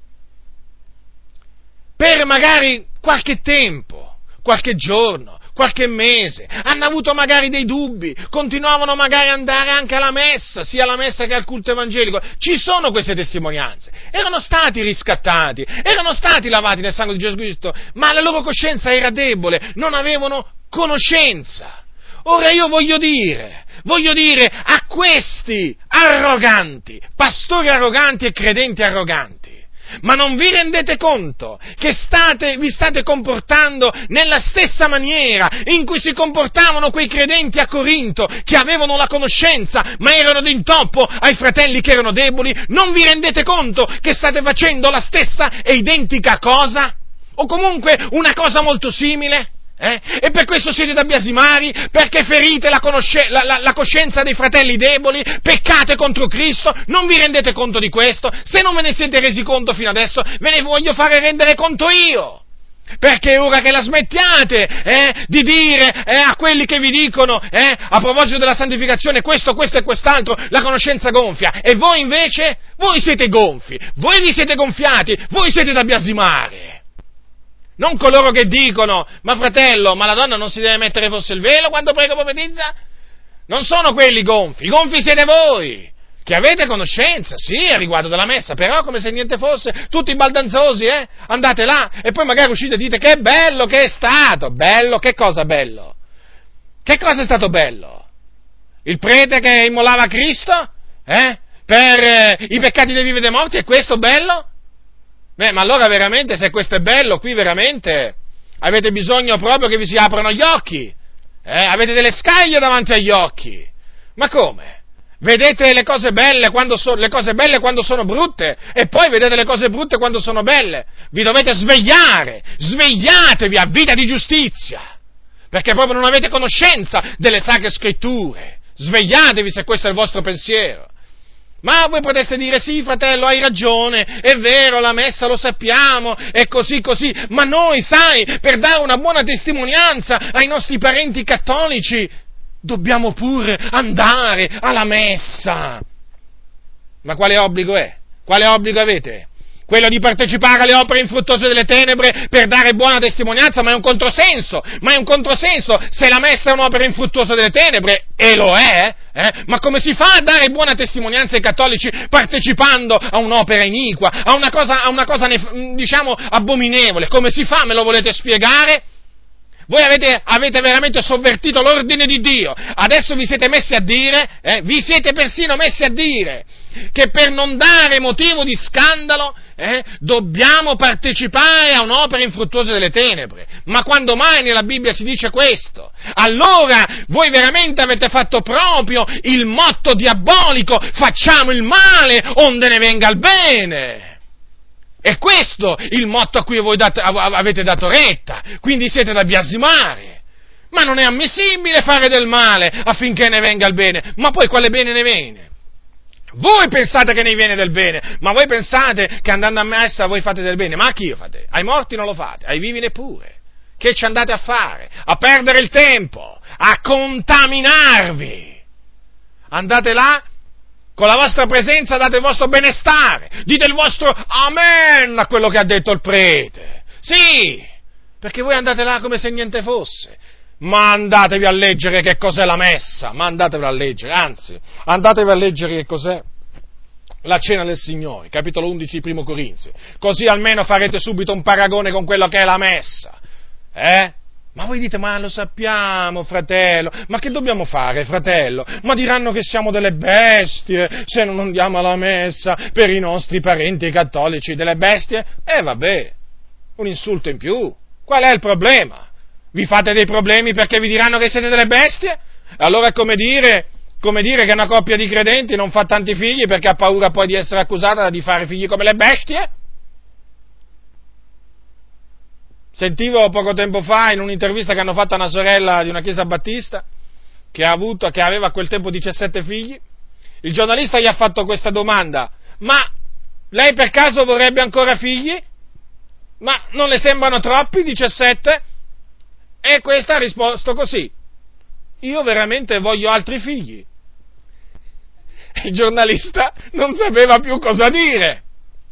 per magari qualche tempo, qualche giorno, qualche mese, hanno avuto magari dei dubbi, continuavano magari ad andare anche alla messa, sia alla messa che al culto evangelico. Ci sono queste testimonianze, erano stati riscattati, erano stati lavati nel sangue di Gesù Cristo, ma la loro coscienza era debole, non avevano conoscenza. Ora io voglio dire a questi arroganti, pastori arroganti e credenti arroganti, ma non vi rendete conto che vi state comportando nella stessa maniera in cui si comportavano quei credenti a Corinto che avevano la conoscenza ma erano d'intoppo ai fratelli che erano deboli? Non vi rendete conto che state facendo la stessa e identica cosa? O comunque una cosa molto simile? E per questo siete da biasimari, perché ferite la coscienza dei fratelli deboli, peccate contro Cristo, non vi rendete conto di questo? Se non ve ne siete resi conto fino adesso, ve ne voglio fare rendere conto io. Perché ora che la smettiate di dire a quelli che vi dicono a proposito della santificazione questo e quest'altro, la conoscenza gonfia, e voi invece, voi siete gonfi, voi vi siete gonfiati, voi siete da biasimare. Non coloro che dicono: ma fratello, ma la donna non si deve mettere forse il velo quando prega o profetizza? Non sono quelli gonfi, i gonfi siete voi, che avete conoscenza, sì, a riguardo della messa, però come se niente fosse, tutti baldanzosi, andate là, e poi magari uscite e dite: che bello che è stato. Bello? Che cosa bello? Che cosa è stato bello? Il prete che immolava Cristo? Per i peccati dei vivi e dei morti, è questo bello? Ma allora veramente, se questo è bello, qui veramente avete bisogno proprio che vi si aprano gli occhi, avete delle scaglie davanti agli occhi, ma come? Vedete le cose belle quando sono brutte, e poi vedete le cose brutte quando sono belle. Vi dovete svegliare, svegliatevi a vita di giustizia, perché proprio non avete conoscenza delle sacre scritture. Svegliatevi se questo è il vostro pensiero. Ma voi poteste dire: sì, fratello, hai ragione, è vero, la messa lo sappiamo, è così, ma noi, sai, per dare una buona testimonianza ai nostri parenti cattolici, dobbiamo pure andare alla messa. Ma quale obbligo è? Quale obbligo avete? Quello di partecipare alle opere infruttuose delle tenebre per dare buona testimonianza? Ma è un controsenso! Se la messa è un'opera infruttuosa delle tenebre, e lo è, ma come si fa a dare buona testimonianza ai cattolici partecipando a un'opera iniqua, a una cosa diciamo abominevole? Come si fa? Me lo volete spiegare? Voi avete veramente sovvertito l'ordine di Dio. Adesso vi siete persino messi a dire che per non dare motivo di scandalo dobbiamo partecipare a un'opera infruttuosa delle tenebre. Ma quando mai nella Bibbia si dice questo? Allora voi veramente avete fatto proprio il motto diabolico: facciamo il male onde ne venga il bene. È questo il motto a cui voi avete dato retta, quindi siete da biasimare. Ma non è ammissibile fare del male affinché ne venga il bene. Ma poi quale bene ne viene? Voi pensate che ne viene del bene, ma voi pensate che andando a messa voi fate del bene. Ma a chi lo fate? Ai morti non lo fate, ai vivi neppure. Che ci andate a fare? A perdere il tempo, a contaminarvi. Andate là, con la vostra presenza date il vostro benestare, dite il vostro amen a quello che ha detto il prete. Sì, perché voi andate là come se niente fosse. Ma andatevi a leggere che cos'è la messa, andatevi a leggere che cos'è la cena del Signore, capitolo 11 di Primo Corinzi, così almeno farete subito un paragone con quello che è la messa, Ma voi dite: ma lo sappiamo, fratello, ma che dobbiamo fare, fratello? Ma diranno che siamo delle bestie se non andiamo alla messa per i nostri parenti cattolici, delle bestie? Vabbè, un insulto in più, qual è il problema? Vi fate dei problemi perché vi diranno che siete delle bestie? Allora è come dire che una coppia di credenti non fa tanti figli perché ha paura poi di essere accusata di fare figli come le bestie? Sentivo poco tempo fa in un'intervista che hanno fatto a una sorella di una chiesa battista che aveva a quel tempo 17 figli. Il giornalista gli ha fatto questa domanda: ma lei per caso vorrebbe ancora figli? Ma non le sembrano troppi 17? E questa ha risposto così: io veramente voglio altri figli. E il giornalista non sapeva più cosa dire.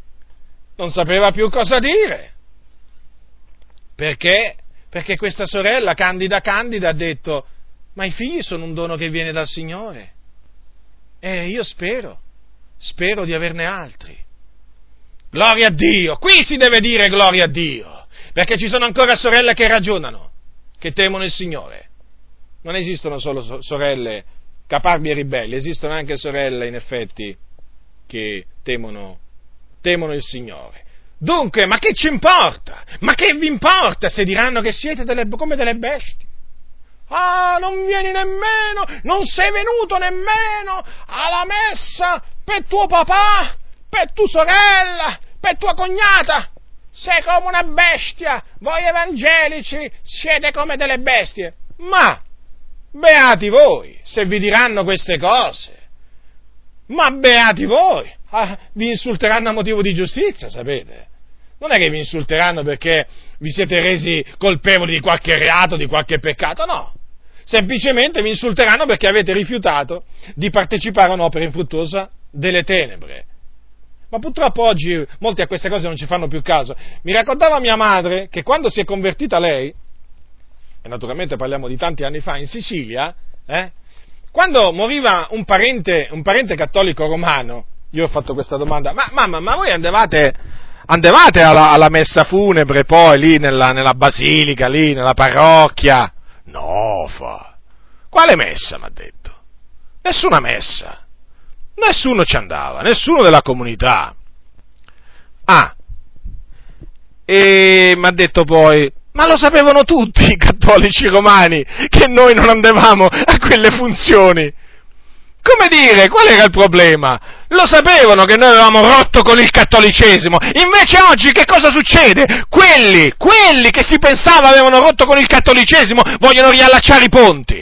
Perché? Perché questa sorella, candida, ha detto: ma i figli sono un dono che viene dal Signore. E io spero di averne altri. Gloria a Dio! Qui si deve dire gloria a Dio! Perché ci sono ancora sorelle che ragionano, che temono il Signore. Non esistono solo sorelle caparbi e ribelli, esistono anche sorelle, in effetti, che temono il Signore. Dunque, ma che ci importa? Ma che vi importa se diranno che siete come delle bestie? Ah, non vieni nemmeno, non sei venuto nemmeno alla messa per tuo papà, per tua sorella, per tua cognata. Sei come una bestia, voi evangelici siete come delle bestie. Ma, beati voi, se vi diranno queste cose. Ma beati voi, vi insulteranno a motivo di giustizia, sapete? Non è che vi insulteranno perché vi siete resi colpevoli di qualche reato, di qualche peccato, no. Semplicemente vi insulteranno perché avete rifiutato di partecipare a un'opera infruttuosa delle tenebre. Ma purtroppo oggi molti a queste cose non ci fanno più caso. Mi raccontava mia madre che quando si è convertita lei, e naturalmente parliamo di tanti anni fa, in Sicilia, quando moriva un parente cattolico romano, io ho fatto questa domanda: ma mamma, ma voi andavate alla messa funebre poi lì nella basilica, lì nella parrocchia? No, quale messa, m'ha detto? Nessuna messa. Nessuno ci andava, nessuno della comunità. E m'ha detto poi: ma lo sapevano tutti i cattolici romani che noi non andavamo a quelle funzioni? Come dire, qual era il problema? Lo sapevano che noi avevamo rotto con il cattolicesimo. Invece oggi che cosa succede? Quelli che si pensava avevano rotto con il cattolicesimo vogliono riallacciare i ponti.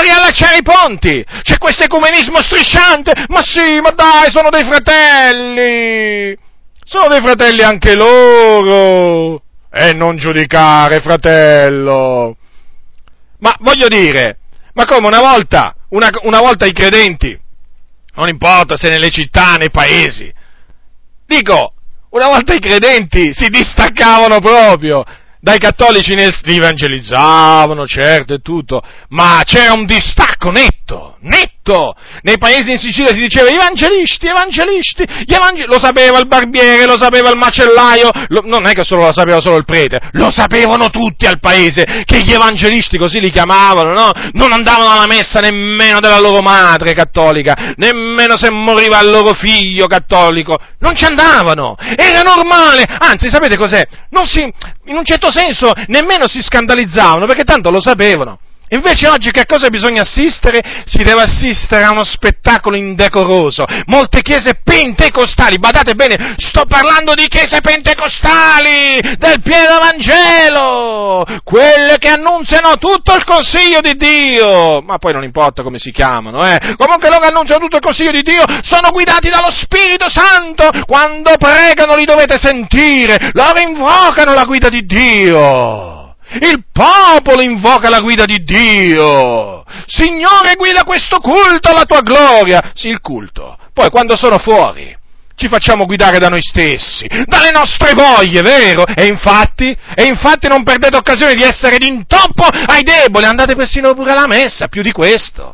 C'è questo ecumenismo strisciante. Ma sì, ma dai, sono dei fratelli anche loro. E non giudicare, fratello. Ma voglio dire, ma come una volta i credenti, non importa se nelle città, nei paesi, dico, una volta i credenti si distaccavano proprio dai cattolici, li evangelizzavano, certo e tutto, ma c'era un distacco netto. Nei paesi in Sicilia si diceva evangelisti, lo sapeva il barbiere, lo sapeva il macellaio, non è che lo sapeva solo il prete, lo sapevano tutti al paese che gli evangelisti, così li chiamavano, no? Non andavano alla messa nemmeno della loro madre cattolica, nemmeno se moriva il loro figlio cattolico, non ci andavano, era normale, anzi sapete cos'è? In un certo senso nemmeno si scandalizzavano, perché tanto lo sapevano. Invece oggi che a cosa bisogna assistere? Si deve assistere a uno spettacolo indecoroso. Molte chiese pentecostali, badate bene, sto parlando di chiese pentecostali, del pieno Vangelo, quelle che annunziano tutto il consiglio di Dio, ma poi non importa come si chiamano, comunque loro annunciano tutto il consiglio di Dio, sono guidati dallo Spirito Santo, quando pregano li dovete sentire, loro invocano la guida di Dio. Il popolo invoca la guida di Dio. Signore, guida questo culto alla tua gloria. Sì, il culto. Poi quando sono fuori ci facciamo guidare da noi stessi, dalle nostre voglie, vero? E infatti non perdete occasione di essere d'intoppo ai deboli. Andate persino pure alla messa, più di questo.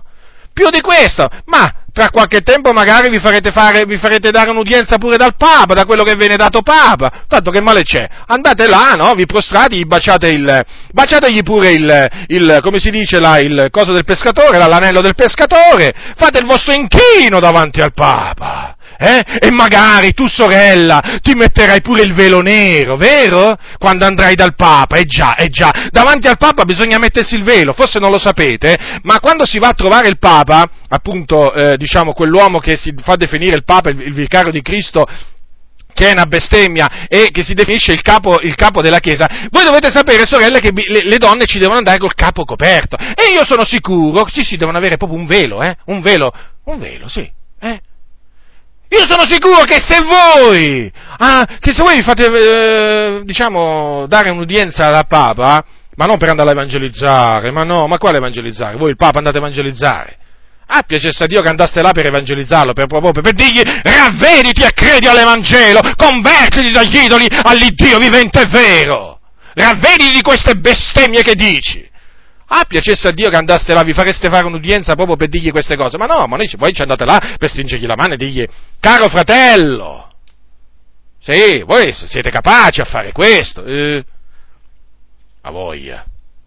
Ma tra qualche tempo magari vi farete dare un'udienza pure dal Papa, da quello che viene dato Papa, tanto che male c'è? Andate là, no? Vi prostrate, gli baciategli pure il come si dice là, il coso del pescatore, l'anello del pescatore, fate il vostro inchino davanti al Papa. E magari tu, sorella, ti metterai pure il velo nero, vero? Quando andrai dal Papa, già, davanti al Papa bisogna mettersi il velo, forse non lo sapete, ma quando si va a trovare il Papa, appunto, quell'uomo che si fa definire il Papa, il vicario di Cristo, che è una bestemmia e che si definisce il capo della Chiesa, voi dovete sapere, sorelle, che le donne ci devono andare col capo coperto, e io sono sicuro, sì, devono avere proprio un velo, sì, Io sono sicuro che se voi vi fate, dare un'udienza da Papa, ma non per andare a evangelizzare, ma quale evangelizzare? Voi il Papa andate a evangelizzare? Piacesse a Dio che andaste là per evangelizzarlo, per dirgli: ravvediti e credi all'Evangelo, convertiti dagli idoli all'Iddio vivente e vero, ravvediti di queste bestemmie che dici. Piacesse a Dio che andaste là, vi fareste fare un'udienza proprio per dirgli queste cose, ma no, voi ci andate là per stringergli la mano e dirgli: caro fratello, sì, voi siete capaci a fare questo, a voglia.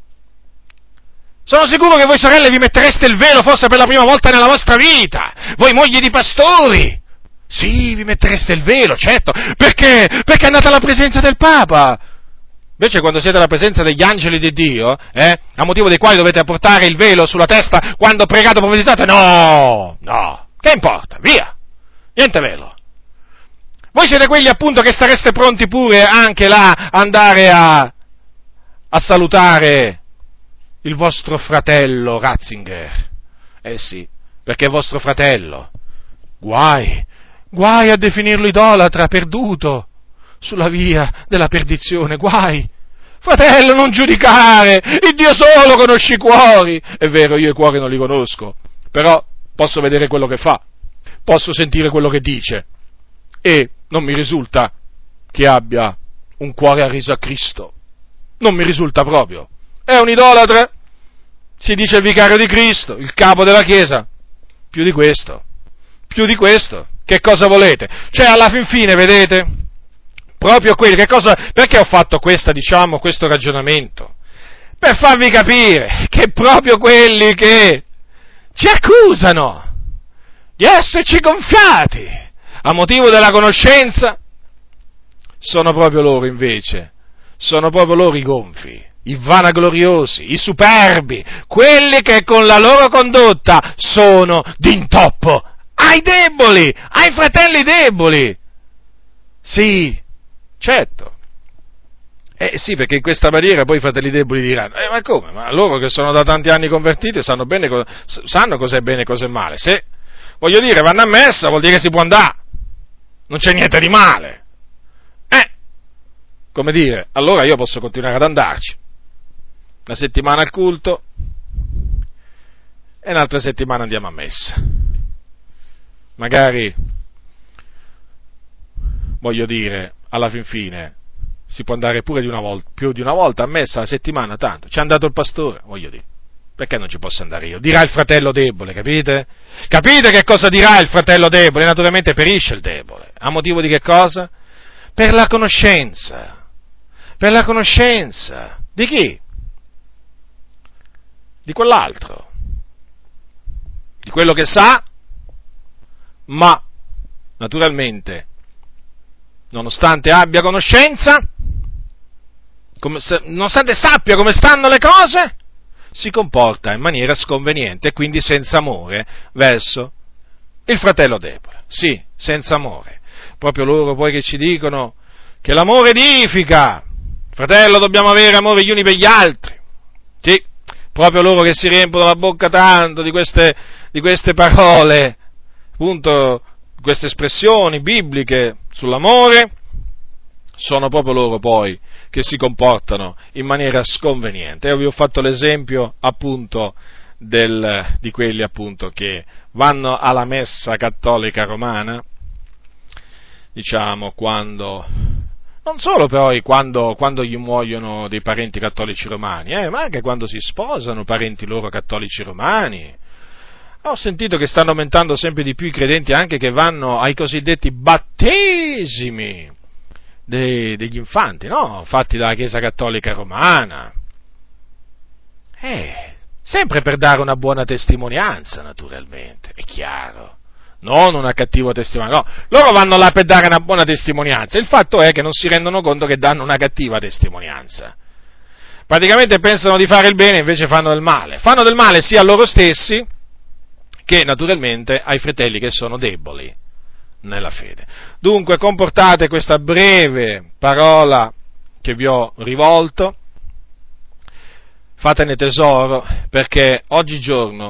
Sono sicuro che voi sorelle vi mettereste il velo forse per la prima volta nella vostra vita, voi mogli di pastori, sì, vi mettereste il velo, certo, perché andate alla presenza del Papa. Invece quando siete alla presenza degli angeli di Dio, a motivo dei quali dovete portare il velo sulla testa quando pregate o profetizzate, no, che importa, via, niente velo. Voi siete quelli appunto che sareste pronti pure anche là andare a salutare il vostro fratello Ratzinger, sì, perché è vostro fratello, guai a definirlo idolatra, perduto, sulla via della perdizione, guai, Fratello, non giudicare, il Dio solo conosce i cuori. È vero, io i cuori non li conosco, però posso vedere quello che fa, posso sentire quello che dice, e non mi risulta che abbia un cuore arriso a Cristo. Non mi risulta proprio. È un idolatra, si dice il vicario di Cristo, il capo della Chiesa. Più di questo, che cosa volete? Cioè, alla fin fine, vedete, proprio quelli, perché ho fatto questo ragionamento? Per farvi capire che proprio quelli che ci accusano di esserci gonfiati a motivo della conoscenza, sono proprio loro invece, sono proprio loro i gonfi, i vanagloriosi, i superbi, quelli che con la loro condotta sono d'intoppo ai deboli, ai fratelli deboli. Sì, certo. Sì, perché in questa maniera poi i fratelli deboli diranno, ma come? Ma loro che sono da tanti anni convertiti sanno cos'è bene e cos'è male. Se, voglio dire, vanno a messa, vuol dire che si può andare. Non c'è niente di male. Come dire, allora io posso continuare ad andarci. Una settimana al culto e un'altra settimana andiamo a messa. Magari, voglio dire, alla fin fine si può andare pure più di una volta a messa alla settimana, tanto. Ci è andato il pastore, voglio dire. Perché non ci posso andare io? Dirà il fratello debole, capite? Capite che cosa dirà il fratello debole? Naturalmente perisce il debole. A motivo di che cosa? Per la conoscenza. Per la conoscenza. Di chi? Di quell'altro. Di quello che sa, ma naturalmente, nonostante abbia conoscenza, nonostante sappia come stanno le cose, si comporta in maniera sconveniente e quindi senza amore verso il fratello debole. Sì, senza amore. Proprio loro poi che ci dicono che l'amore edifica. Fratello, dobbiamo avere amore gli uni per gli altri. Sì, proprio loro che si riempiono la bocca tanto di queste parole, appunto, queste espressioni bibliche sull'amore, sono proprio loro poi che si comportano in maniera sconveniente. Io vi ho fatto l'esempio appunto di quelli appunto che vanno alla messa cattolica romana, diciamo, non solo poi quando gli muoiono dei parenti cattolici romani, ma anche quando si sposano parenti loro cattolici romani. Ho sentito che stanno aumentando sempre di più i credenti anche che vanno ai cosiddetti battesimi degli infanti, no? Fatti dalla Chiesa Cattolica Romana. Sempre per dare una buona testimonianza, naturalmente, è chiaro. Non una cattiva testimonianza, no, loro vanno là per dare una buona testimonianza, il fatto è che non si rendono conto che danno una cattiva testimonianza, praticamente pensano di fare il bene, invece fanno del male sia a loro stessi, che naturalmente ai fratelli che sono deboli nella fede. Dunque comportate questa breve parola che vi ho rivolto, fatene tesoro, perché oggigiorno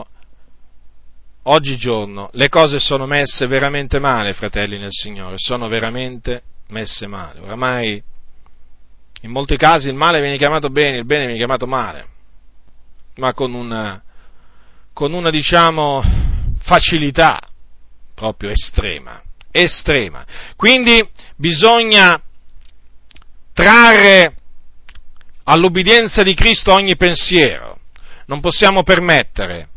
le cose sono messe veramente male, fratelli nel Signore, sono veramente messe male. Oramai in molti casi il male viene chiamato bene, il bene viene chiamato male, ma con una diciamo facilità proprio estrema. Quindi bisogna trarre all'ubbidienza di Cristo ogni pensiero. Non possiamo permettere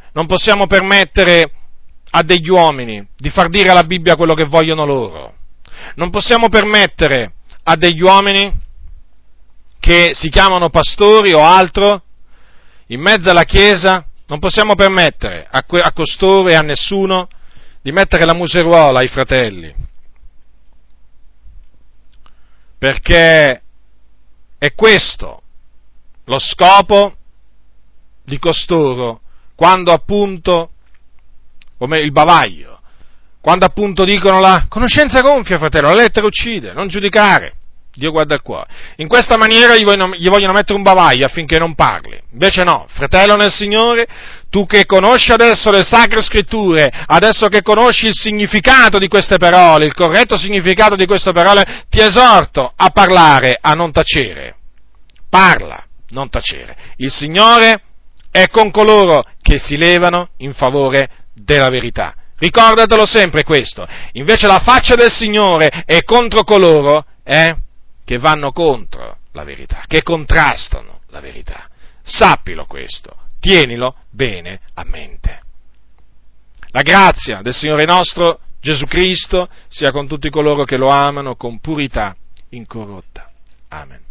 a degli uomini di far dire alla Bibbia quello che vogliono loro. Non possiamo permettere a degli uomini che si chiamano pastori o altro in mezzo alla Chiesa, non possiamo permettere a costoro e a nessuno di mettere la museruola ai fratelli, perché è questo lo scopo di costoro quando appunto, come il bavaglio, quando appunto dicono la conoscenza gonfia, fratello, la lettera uccide, non giudicare, Dio guarda il cuore. In questa maniera gli vogliono mettere un bavaglio affinché non parli. Invece no, fratello nel Signore, tu che conosci adesso le Sacre Scritture, adesso che conosci il significato di queste parole, il corretto significato di queste parole, ti esorto a parlare, a non tacere. parla, non tacere. Il Signore è con coloro che si levano in favore della verità. Ricordatelo sempre questo. Invece la faccia del Signore è contro coloro che vanno contro la verità, che contrastano la verità. Sappilo questo, tienilo bene a mente. La grazia del Signore nostro Gesù Cristo sia con tutti coloro che lo amano con purità incorrotta. Amen.